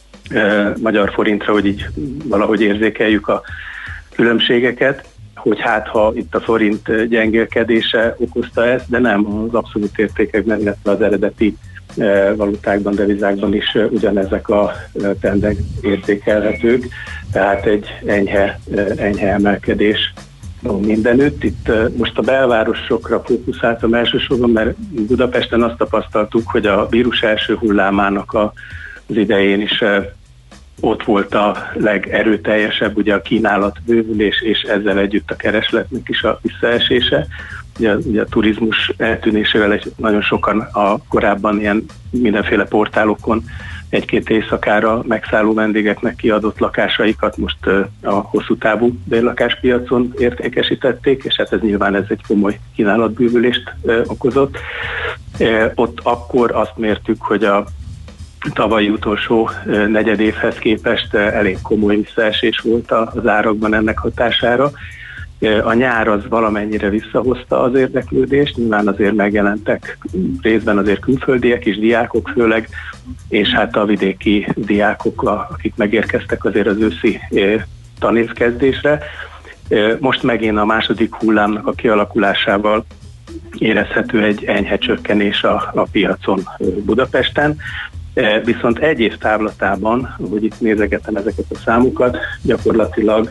magyar forintra, hogy így valahogy érzékeljük a különbségeket, hogy hát ha itt a forint gyengélkedése okozta ezt, de nem, az abszolút értékekben, illetve az eredeti valutákban, devizákban is ugyanezek a trendek értékelhetők, tehát egy enyhe emelkedés mindenütt. Itt most a belvárosokra fókuszáltam elsősorban, mert Budapesten azt tapasztaltuk, hogy a vírus első hullámának az idején is ott volt a legerőteljesebb ugye a kínálat bővülés, és ezzel együtt a keresletnek is a visszaesése. Ugye a turizmus eltűnésével nagyon sokan korábban ilyen mindenféle portálokon egy-két éjszakára megszálló vendégeknek kiadott lakásaikat most a hosszú távú bérlakáspiacon értékesítették, és hát ez nyilván egy komoly kínálatbővülést okozott. Ott akkor azt mértük, hogy a tavalyi utolsó negyedévhez képest elég komoly visszaesés volt az árakban ennek hatására. A nyár az valamennyire visszahozta az érdeklődést, nyilván azért megjelentek részben azért külföldiek is, diákok főleg, és hát a vidéki diákok, akik megérkeztek azért az őszi tanévkezdésre. Most megint a második hullámnak a kialakulásával érezhető egy enyhe csökkenés a piacon Budapesten. Viszont egy év távlatában, ahogy itt nézegetem ezeket a számokat, gyakorlatilag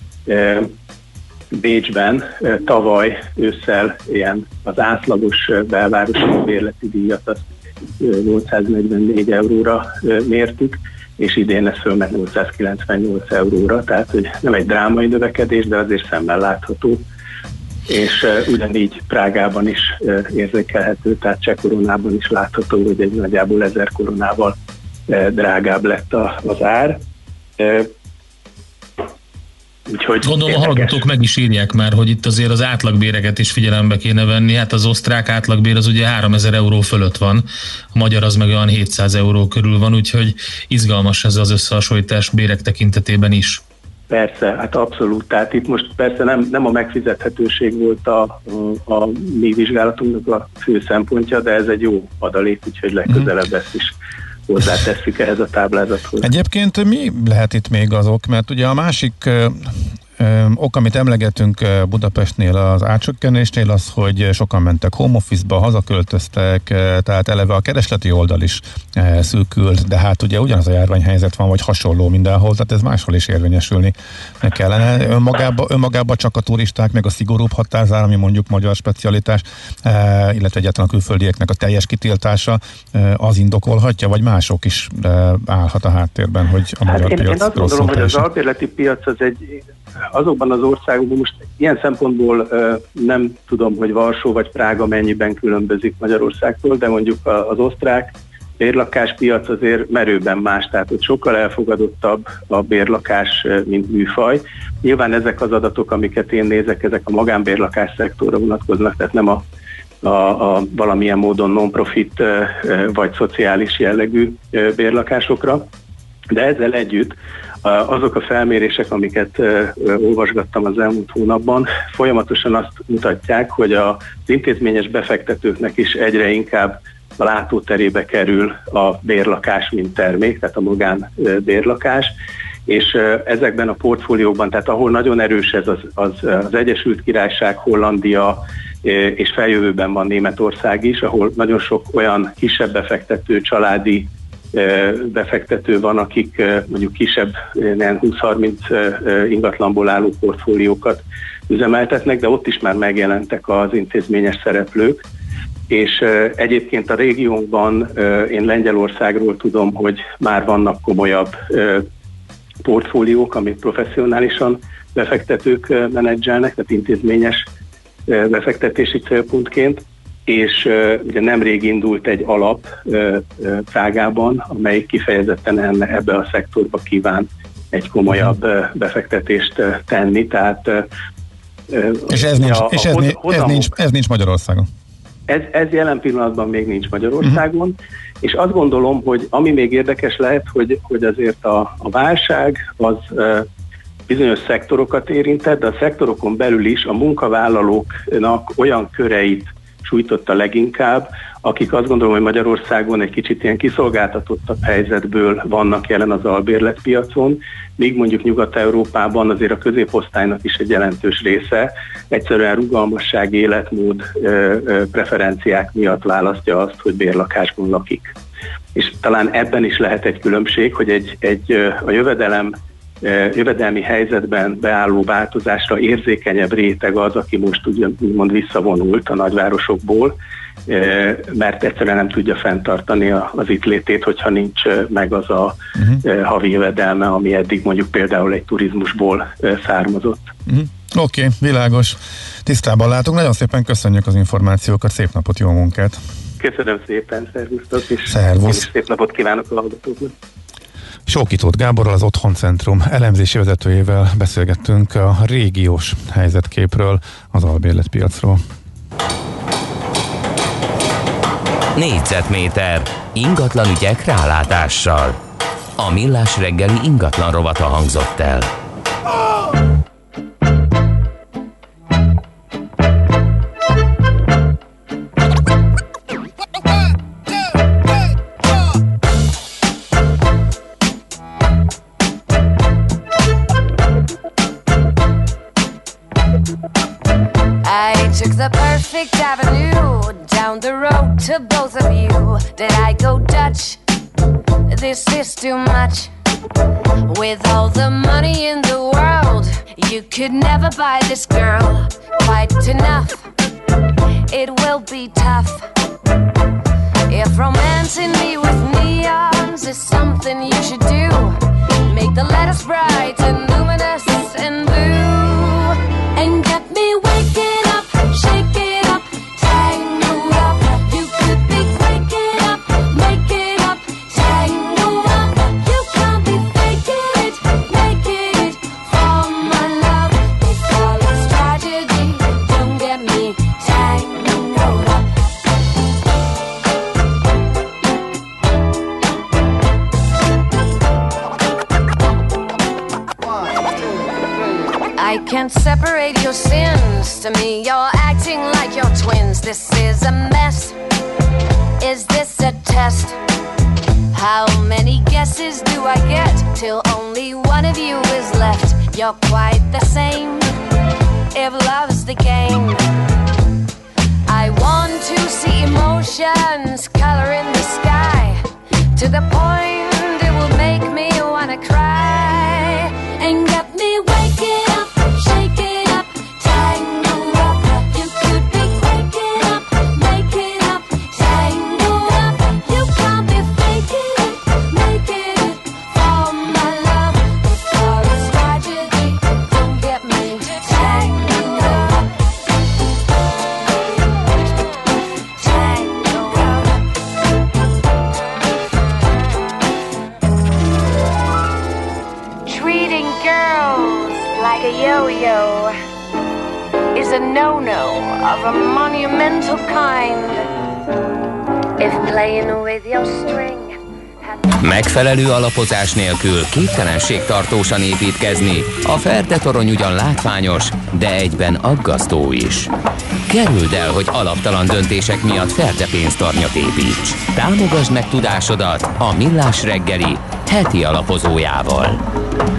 Bécsben tavaly ősszel ilyen az átlagos belvárosi bérleti díjat azt 844 euróra mértük, és idén ez fölment 898 euróra, tehát hogy nem egy drámai növekedés, de azért szemmel látható. És ugyanígy Prágában is érzékelhető, tehát cseh koronában is látható, hogy egy nagyjából 1000 koronával drágább lett az ár. Úgyhogy gondolom a hallgatók meg is írják már, hogy itt azért az átlagbéreket is figyelembe kéne venni. Hát az osztrák átlagbér az ugye 3000 euró fölött van, a magyar az meg olyan 700 euró körül van, úgyhogy izgalmas ez az összehasonlítás bérek tekintetében is. Persze, hát abszolút. Tehát itt most persze nem a megfizethetőség volt a mi vizsgálatunknak a fő szempontja, de ez egy jó adalék, úgyhogy legközelebb ezt is hozzátesszük ehhez a táblázathoz. Egyébként mi lehet itt még az ok? Mert ugye a másik ok, amit emlegetünk Budapestnél az átcsökkenésnél az, hogy sokan mentek home office-ba, hazaköltöztek, tehát eleve a keresleti oldal is szűkült, de hát ugye ugyanaz a járványhelyzet van, vagy hasonló mindenhol, tehát ez máshol is érvényesülni kellene. Önmagában csak a turisták, meg a szigorúbb határzár, ami mondjuk magyar specialitás, illetve egyáltalán a külföldieknek a teljes kitiltása, az indokolhatja, vagy mások is állhat a háttérben, hogy a magyar piac én azt gondolom, hogy az albérleti piac az egy azokban az országokban most ilyen szempontból nem tudom, hogy Varsó vagy Prága mennyiben különbözik Magyarországtól, de mondjuk az osztrák bérlakáspiac azért merőben más, tehát ott sokkal elfogadottabb a bérlakás, mint műfaj. Nyilván ezek az adatok, amiket én nézek, ezek a magánbérlakás szektorra vonatkoznak, tehát nem a valamilyen módon non-profit vagy szociális jellegű bérlakásokra, de ezzel együtt azok a felmérések, amiket olvasgattam az elmúlt hónapban, folyamatosan azt mutatják, hogy az intézményes befektetőknek is egyre inkább a látóterébe kerül a bérlakás, mint termék, tehát a magánbérlakás, és ezekben a portfóliókban, tehát ahol nagyon erős ez az Egyesült Királyság, Hollandia, és feljövőben van Németország is, ahol nagyon sok olyan kisebb befektető, családi befektető van, akik mondjuk kisebb, 20-30 ingatlanból álló portfóliókat üzemeltetnek, de ott is már megjelentek az intézményes szereplők, és egyébként a régiónkban én Lengyelországról tudom, hogy már vannak komolyabb portfóliók, amit professzionálisan befektetők menedzselnek, tehát intézményes befektetési célpontként, és ugye nemrég indult egy alap Prágában, amely kifejezetten ebbe a szektorba kíván egy komolyabb befektetést tenni, tehát és ez nincs Magyarországon. Ez jelen pillanatban még nincs Magyarországon, és azt gondolom, hogy ami még érdekes lehet, hogy azért a válság az bizonyos szektorokat érintett, de a szektorokon belül is a munkavállalóknak olyan köreit sújtotta leginkább, akik azt gondolom, hogy Magyarországon egy kicsit ilyen kiszolgáltatottabb helyzetből vannak jelen az albérletpiacon, míg mondjuk Nyugat-Európában azért a középosztálynak is egy jelentős része egyszerűen rugalmasság, életmód, preferenciák miatt választja azt, hogy bérlakásban lakik. És talán ebben is lehet egy különbség, hogy a jövedelmi helyzetben beálló változásra érzékenyebb réteg az, aki most úgymond visszavonult a nagyvárosokból, mert egyszerűen nem tudja fenntartani az itt létét, hogyha nincs meg az a havi jövedelme, ami eddig mondjuk például egy turizmusból származott. Oké, világos. Tisztában látunk. Nagyon szépen köszönjük az információkat, szép napot, jó munkát! Köszönöm szépen, szervusztok, és szép napot kívánok a hallgatóknak! Sóki Tóth Gáborral, az Otthoncentrum elemzési vezetőjével beszélgettünk a régiós helyzetképről, az albérletpiacról. Négyzetméter ingatlan ügyek rálátással. A Millás reggeli ingatlan rovata hangzott el. The perfect avenue down the road to both of you. Did I go Dutch? This is too much. With all the money in the world, you could never buy this girl quite enough. It will be tough. If romancing me with neons is something you should do, make the letters bright and luminous and blue, and get me waking up, shake it up, tango up. You could be waking up, make it up, tango up. You can't be faking it, making it for my love. If all is tragedy, don't get me tango up. I can't separate your sins. To me, you're acting like you're twins. This is a mess. Is this a test? How many guesses do I get till only one of you is left? You're quite the same. If love's the game, I want to see emotions color in the sky to the point it will make me wanna cry and get me waking up. Shake it up, tango up. You could be waking up, making up, tango up. You can't be faking it, making it for my love. If all is tragedy, don't get me tango up. Tango up. is a no-no of a monumental kind. If playing with your string. Megfelelő alapozás nélkül képtelenség tartósan építkezni. A Ferde torony ugyan látványos, de egyben aggasztó is. Kerüld el, hogy alaptalan döntések miatt Ferde pénztarnyat építs. Támogasd meg tudásodat a Millás reggeli heti alapozójával.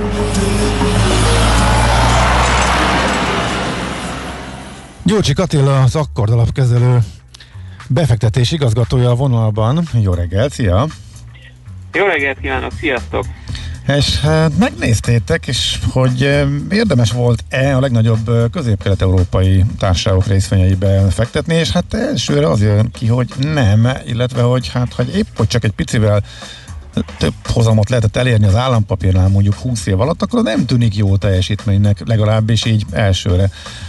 Gyurcsik Attila, az Akkord alapkezelő befektetés igazgatója a vonalban. Jó reggelt, szia! Jó reggelt kívánok, sziasztok! És megnéztétek, és hogy érdemes volt-e a legnagyobb közép-kelet-európai társaságok részvényeibe fektetni, és hát elsőre az jön ki, hogy nem, illetve hogy hát hogy épp hogy csak egy picivel több hozamot lehetett elérni az állampapírnál mondjuk 20 év alatt, akkor nem tűnik jó teljesítménynek, legalábbis így elsőre.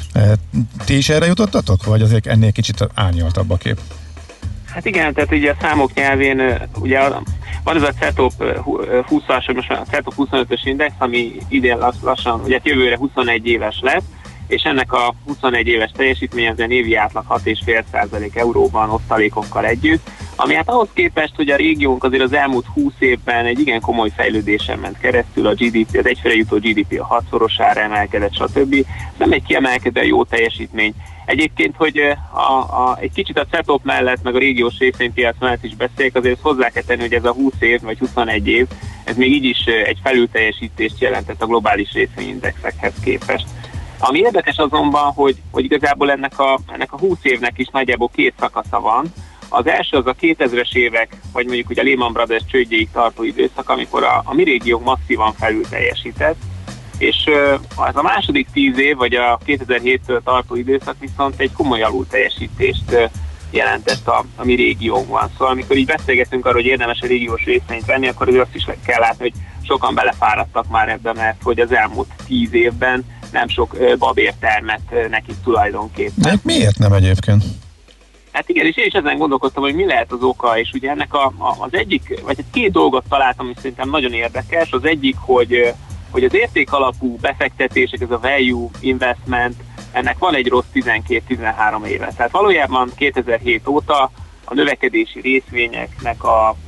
Ti is erre jutottatok, vagy azért ennél kicsit árnyaltabb a kép? Hát igen, tehát ugye a számok nyelvén ugye van ez a CETOP 20-as, vagy most a CETOP 25-ös index, ami idén lassan, ugye jövőre 21 éves lesz, és ennek a 21 éves teljesítmény az egy évi átlag 6,5% euróban osztalékokkal együtt, ami hát ahhoz képest, hogy a régiónk azért az elmúlt 20 évben egy igen komoly fejlődésen ment keresztül, a GDP, az egyfőre jutó GDP a 6-szorosára emelkedett, stb. Nem egy kiemelkedő jó teljesítmény. Egyébként, hogy egy kicsit a CETOP mellett, meg a régiós részvénypiac mellett is beszéljek, azért hozzá kell tenni, hogy ez a 20 év, vagy 21 év, ez még így is egy felülteljesítést jelentett a globális részvényindexekhez képest. Ami érdekes azonban, hogy igazából ennek a 20 évnek is nagyjából két szakasza van. Az első az a 2000-es évek, vagy mondjuk ugye a Lehman Brothers csődjéig tartó időszak, amikor a mi régiónk masszívan felülteljesített, és az a második 10 év, vagy a 2007-től tartó időszak viszont egy komoly alulteljesítést jelentett a mi régiónkban. Szóval amikor így beszélgetünk arról, hogy érdemes a régiós részvényt venni, akkor azt is kell látni, hogy sokan belefáradtak már ebben, mert hogy az elmúlt 10 évben nem sok babér termett nekik tulajdonképpen. De miért nem egyébként? Hát igen, és én is ezen gondolkodtam, hogy mi lehet az oka, és ugye ennek az egyik, vagy két dolgot találtam, ami szerintem nagyon érdekes. Az egyik, hogy az értékalapú befektetések, ez a value investment, ennek van egy rossz 12-13 éve. Tehát valójában 2007 óta a növekedési részvényeknek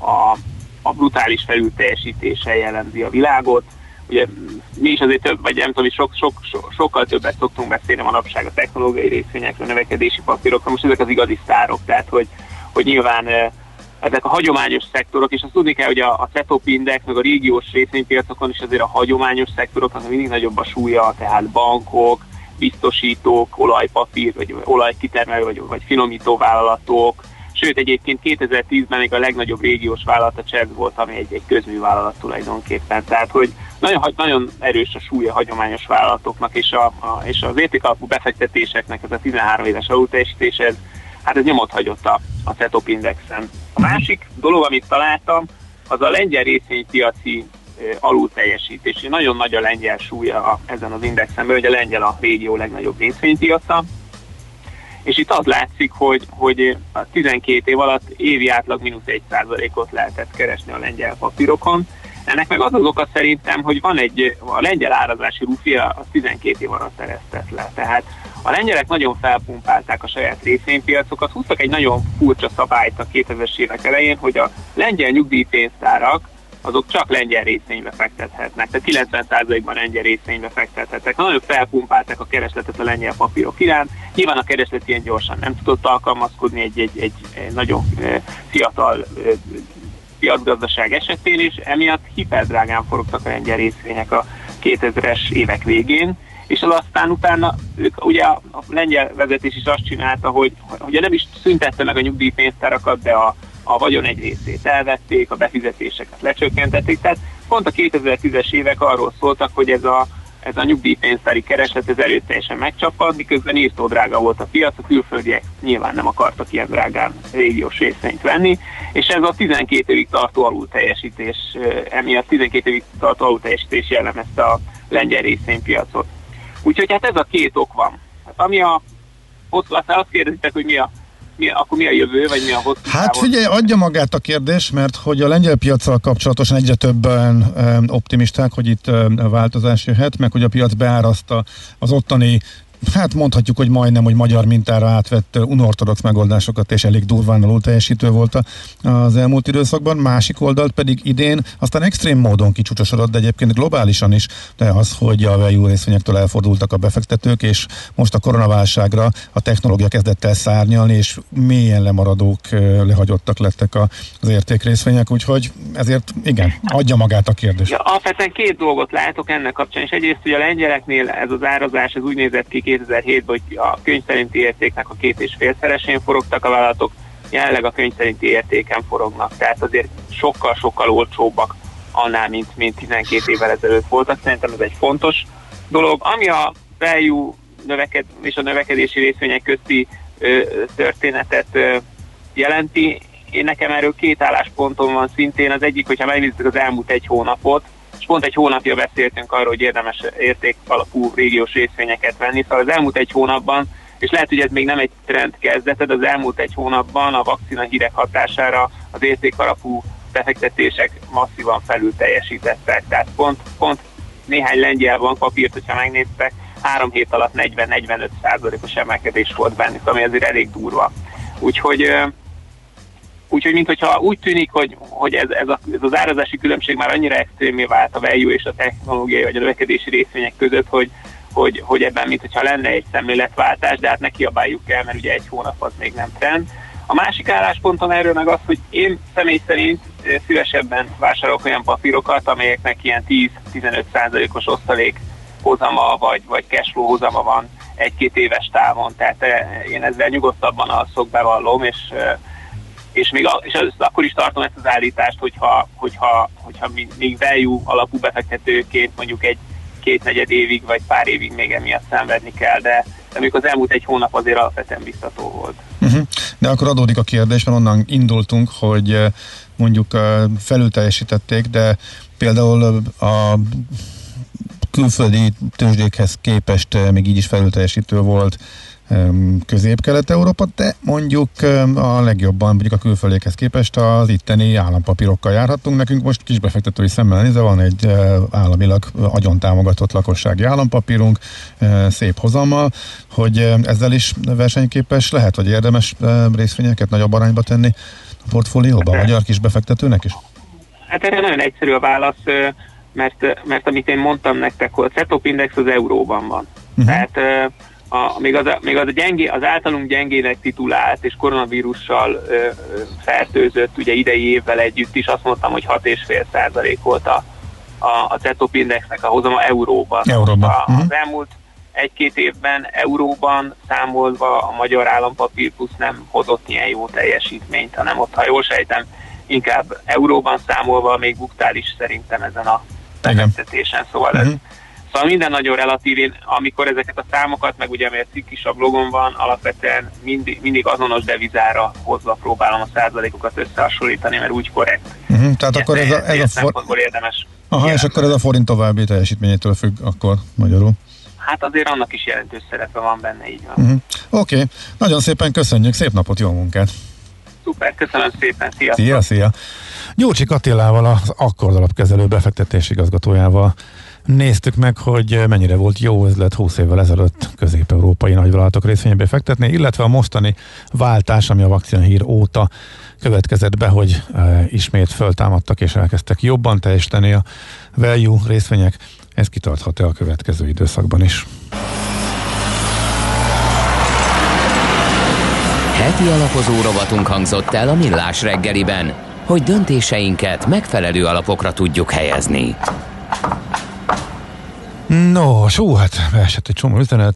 a brutális felülteljesítése jellemzi a világot. Ugye mi is azért több, vagy nem tudom, sokkal többet szoktunk beszélni manapság a technológiai részvényekről, a növekedési papírokról, most ezek az igazi sztárok, tehát hogy nyilván ezek a hagyományos szektorok, és azt tudni kell, hogy a CETOP index, meg a régiós részvénypiacokon is azért a hagyományos szektoroknak mindig nagyobb a súlya, tehát bankok, biztosítók, olajpapír, vagy olajkitermelő, vagy finomító vállalatok, sőt egyébként 2010-ben még a legnagyobb régiós vállalat a CEZ volt, ami egy közművállalat tulajdonképpen. Tehát, hogy nagyon erős a súlya a hagyományos vállalatoknak, és az értékalapú befektetéseknek ez a 13 éves alulteljesítés, ez nyomot hagyott a CETOP indexen. A másik dolog, amit találtam, az a lengyel részvénypiaci alulteljesítés. Nagyon nagy a lengyel súlya ezen az indexen, hogy a lengyel a régió legnagyobb részvénypiaca, és itt az látszik, hogy a 12 év alatt évi átlag -1%-ot lehetett keresni a lengyel papírokon. Ennek meg az oka szerintem, hogy van a lengyel árazási rufia, az 12 év alatt eresztett le. Tehát a lengyelek nagyon felpumpálták a saját részvénypiacokat, húztak egy nagyon furcsa szabályt a 2000-es évek elején, hogy a lengyel nyugdíjpénztárak azok csak lengyel részvénybe fektethetnek, tehát 90%-ban lengyel részvénybe fektethetnek. Nagyon felpumpálták a keresletet a lengyel papírok iránt. Nyilván a kereslet ilyen gyorsan nem tudott alkalmazkodni egy nagyon fiatal piacgazdaság esetén, és emiatt hiperdrágán forogtak a lengyel részvények a 2000-es évek végén, és aztán utána ugye a lengyel vezetés is azt csinálta, hogy nem is szüntette meg a nyugdíjpénztárakat, de a vagyon egy részét elvették, a befizetéseket lecsökkentették, tehát pont a 2010-es évek arról szóltak, hogy ez a nyugdíjpénztári kereslet ez erőteljesen megcsappant, miközben írtó drága volt a piac, a külföldiek nyilván nem akartak ilyen drágán régiós részvényt venni, és ez a 12 évig tartó alulteljesítés, emiatt 12 évig tartó alulteljesítés jellemezte a lengyel részvénypiacot. Úgyhogy hát ez a két ok van. Hát ami aztán azt kérdezitek, hogy akkor mi a jövő, vagy mi a hosszú távon? Hát figyelj, adja magát a kérdés, mert hogy a lengyel piaccal kapcsolatosan egyre többen optimisták, hogy itt változás jöhet, meg hogy a piac beáraszta az ottani hát mondhatjuk, hogy majdnem, hogy magyar mintára átvett unortodox megoldásokat, és elég durván alul teljesítő volt az elmúlt időszakban. Másik oldalt pedig idén aztán extrém módon kicsúcsosodott, de egyébként globálisan is, de az, hogy a value részvényektől elfordultak a befektetők, és most a koronaválságra a technológia kezdett el szárnyalni, és mélyen lemaradók, lehagyottak lettek az értékrészvények, úgyhogy ezért igen, adja magát a kérdés. Ja, alapvetően két dolgot látok ennek kapcsán, és egyrészt, hogy a lengyeleknél ez az árazás, ez úgy nézett ki 2007-ben, hogy a könyv szerinti értéknek a 2,5-szeresén forogtak a vállalatok, jelenleg a könyv szerinti értéken forognak, tehát azért sokkal-sokkal olcsóbbak annál, mint 12 évvel ezelőtt voltak. Szerintem ez egy fontos dolog. Ami a value és a növekedési részvények közti történetet jelenti, én nekem erről két álláspontom van szintén. Az egyik, hogyha megnézzük az elmúlt egy hónapot, és pont egy hónapja beszéltünk arról, hogy érdemes értékalapú régiós részvényeket venni, szóval az elmúlt egy hónapban, és lehet, hogy ez még nem egy trend kezdete, de az elmúlt egy hónapban a vakcina hírek hatására az értékalapú befektetések masszívan felül teljesítettek. Tehát pont néhány lengyel bankpapírt, hogyha megnéztek, 3 hét alatt 40-45%-os emelkedés volt bennük, ami azért elég durva. Úgyhogy minthogyha úgy tűnik, hogy ez az árazási különbség már annyira extrémé vált a value és a technológiai vagy a növekedési részvények között, hogy ebben minthogyha lenne egy szemléletváltás, de hát ne kiabáljuk el, mert ugye egy hónap az még nem trend. A másik álláspontom erről meg az, hogy én személy szerint szívesebben vásárolok olyan papírokat, amelyeknek ilyen 10-15%-os osztalék hozama vagy cashflow hozama van 1-2 éves távon. Tehát én ezzel nyugodtabban alszok, bevallom, és akkor is tartom ezt az állítást, hogyha még value alapú befektetőként mondjuk egy 2-4 évig vagy pár évig még emiatt szenvedni kell, de mondjuk az elmúlt egy hónap azért alapvetően biztató volt. De akkor adódik a kérdés, mert onnan indultunk, hogy mondjuk felülteljesítették, de például a külföldi tőzsdékhez képest még így is felülteljesítő volt Közép-Kelet-Európa, de mondjuk a legjobban, mondjuk a külföldékhez képest az itteni állampapírokkal járhattunk. Nekünk most kisbefektetői szemmel nézve van egy államilag agyon támogatott lakossági állampapírunk, szép hozammal, hogy ezzel is versenyképes lehet, vagy érdemes részvényeket nagyobb arányba tenni a portfólióba, a magyar kisbefektetőnek is? Hát erre nagyon egyszerű a válasz, mert amit én mondtam nektek, hogy a CETOP index az euróban van. Tehát még az általunk gyengének titulált és koronavírussal fertőzött ugye idei évvel együtt is azt mondtam, hogy 6,5% volt a CETOP indexnek a hozama euróban. Az elmúlt 1-2 évben euróban számolva a magyar állampapír plusz nem hozott ilyen jó teljesítményt, hanem ott, ha jól sejtem, inkább euróban számolva még buktál is szerintem ezen a befektetésen. Szóval minden nagyon relatív, én amikor ezeket a számokat, meg ugye amelyet cikk is a blogon van, alapvetően mindig azonos devizára hozva próbálom a százalékokat összehasonlítani, mert úgy korrekt. Tehát akkor ez a szempontból érdemes. És akkor ez a forint további teljesítményétől függ akkor magyarul? Hát azért annak is jelentős szerepe van benne, így van. Oké. Nagyon szépen köszönjük, szép napot, jó munkát! Szuper, köszönöm szépen, sziasztok! Szia! Gyurcsik Attilával, az Akkord alapkezelő befektetési igazgatójával néztük meg, hogy mennyire volt jó üzlet 20 évvel ezelőtt közép-európai nagyvállalatok részvénybe fektetni, illetve a mostani váltás, ami a vakcinahír óta következett be, hogy ismét föltámadtak és elkezdtek jobban teljesíteni a value részvények. Ez kitarthat-e a következő időszakban is? Heti alapozó rovatunk hangzott el a Millás reggeliben, hogy döntéseinket megfelelő alapokra tudjuk helyezni. No, hát esett egy csomó üzenet.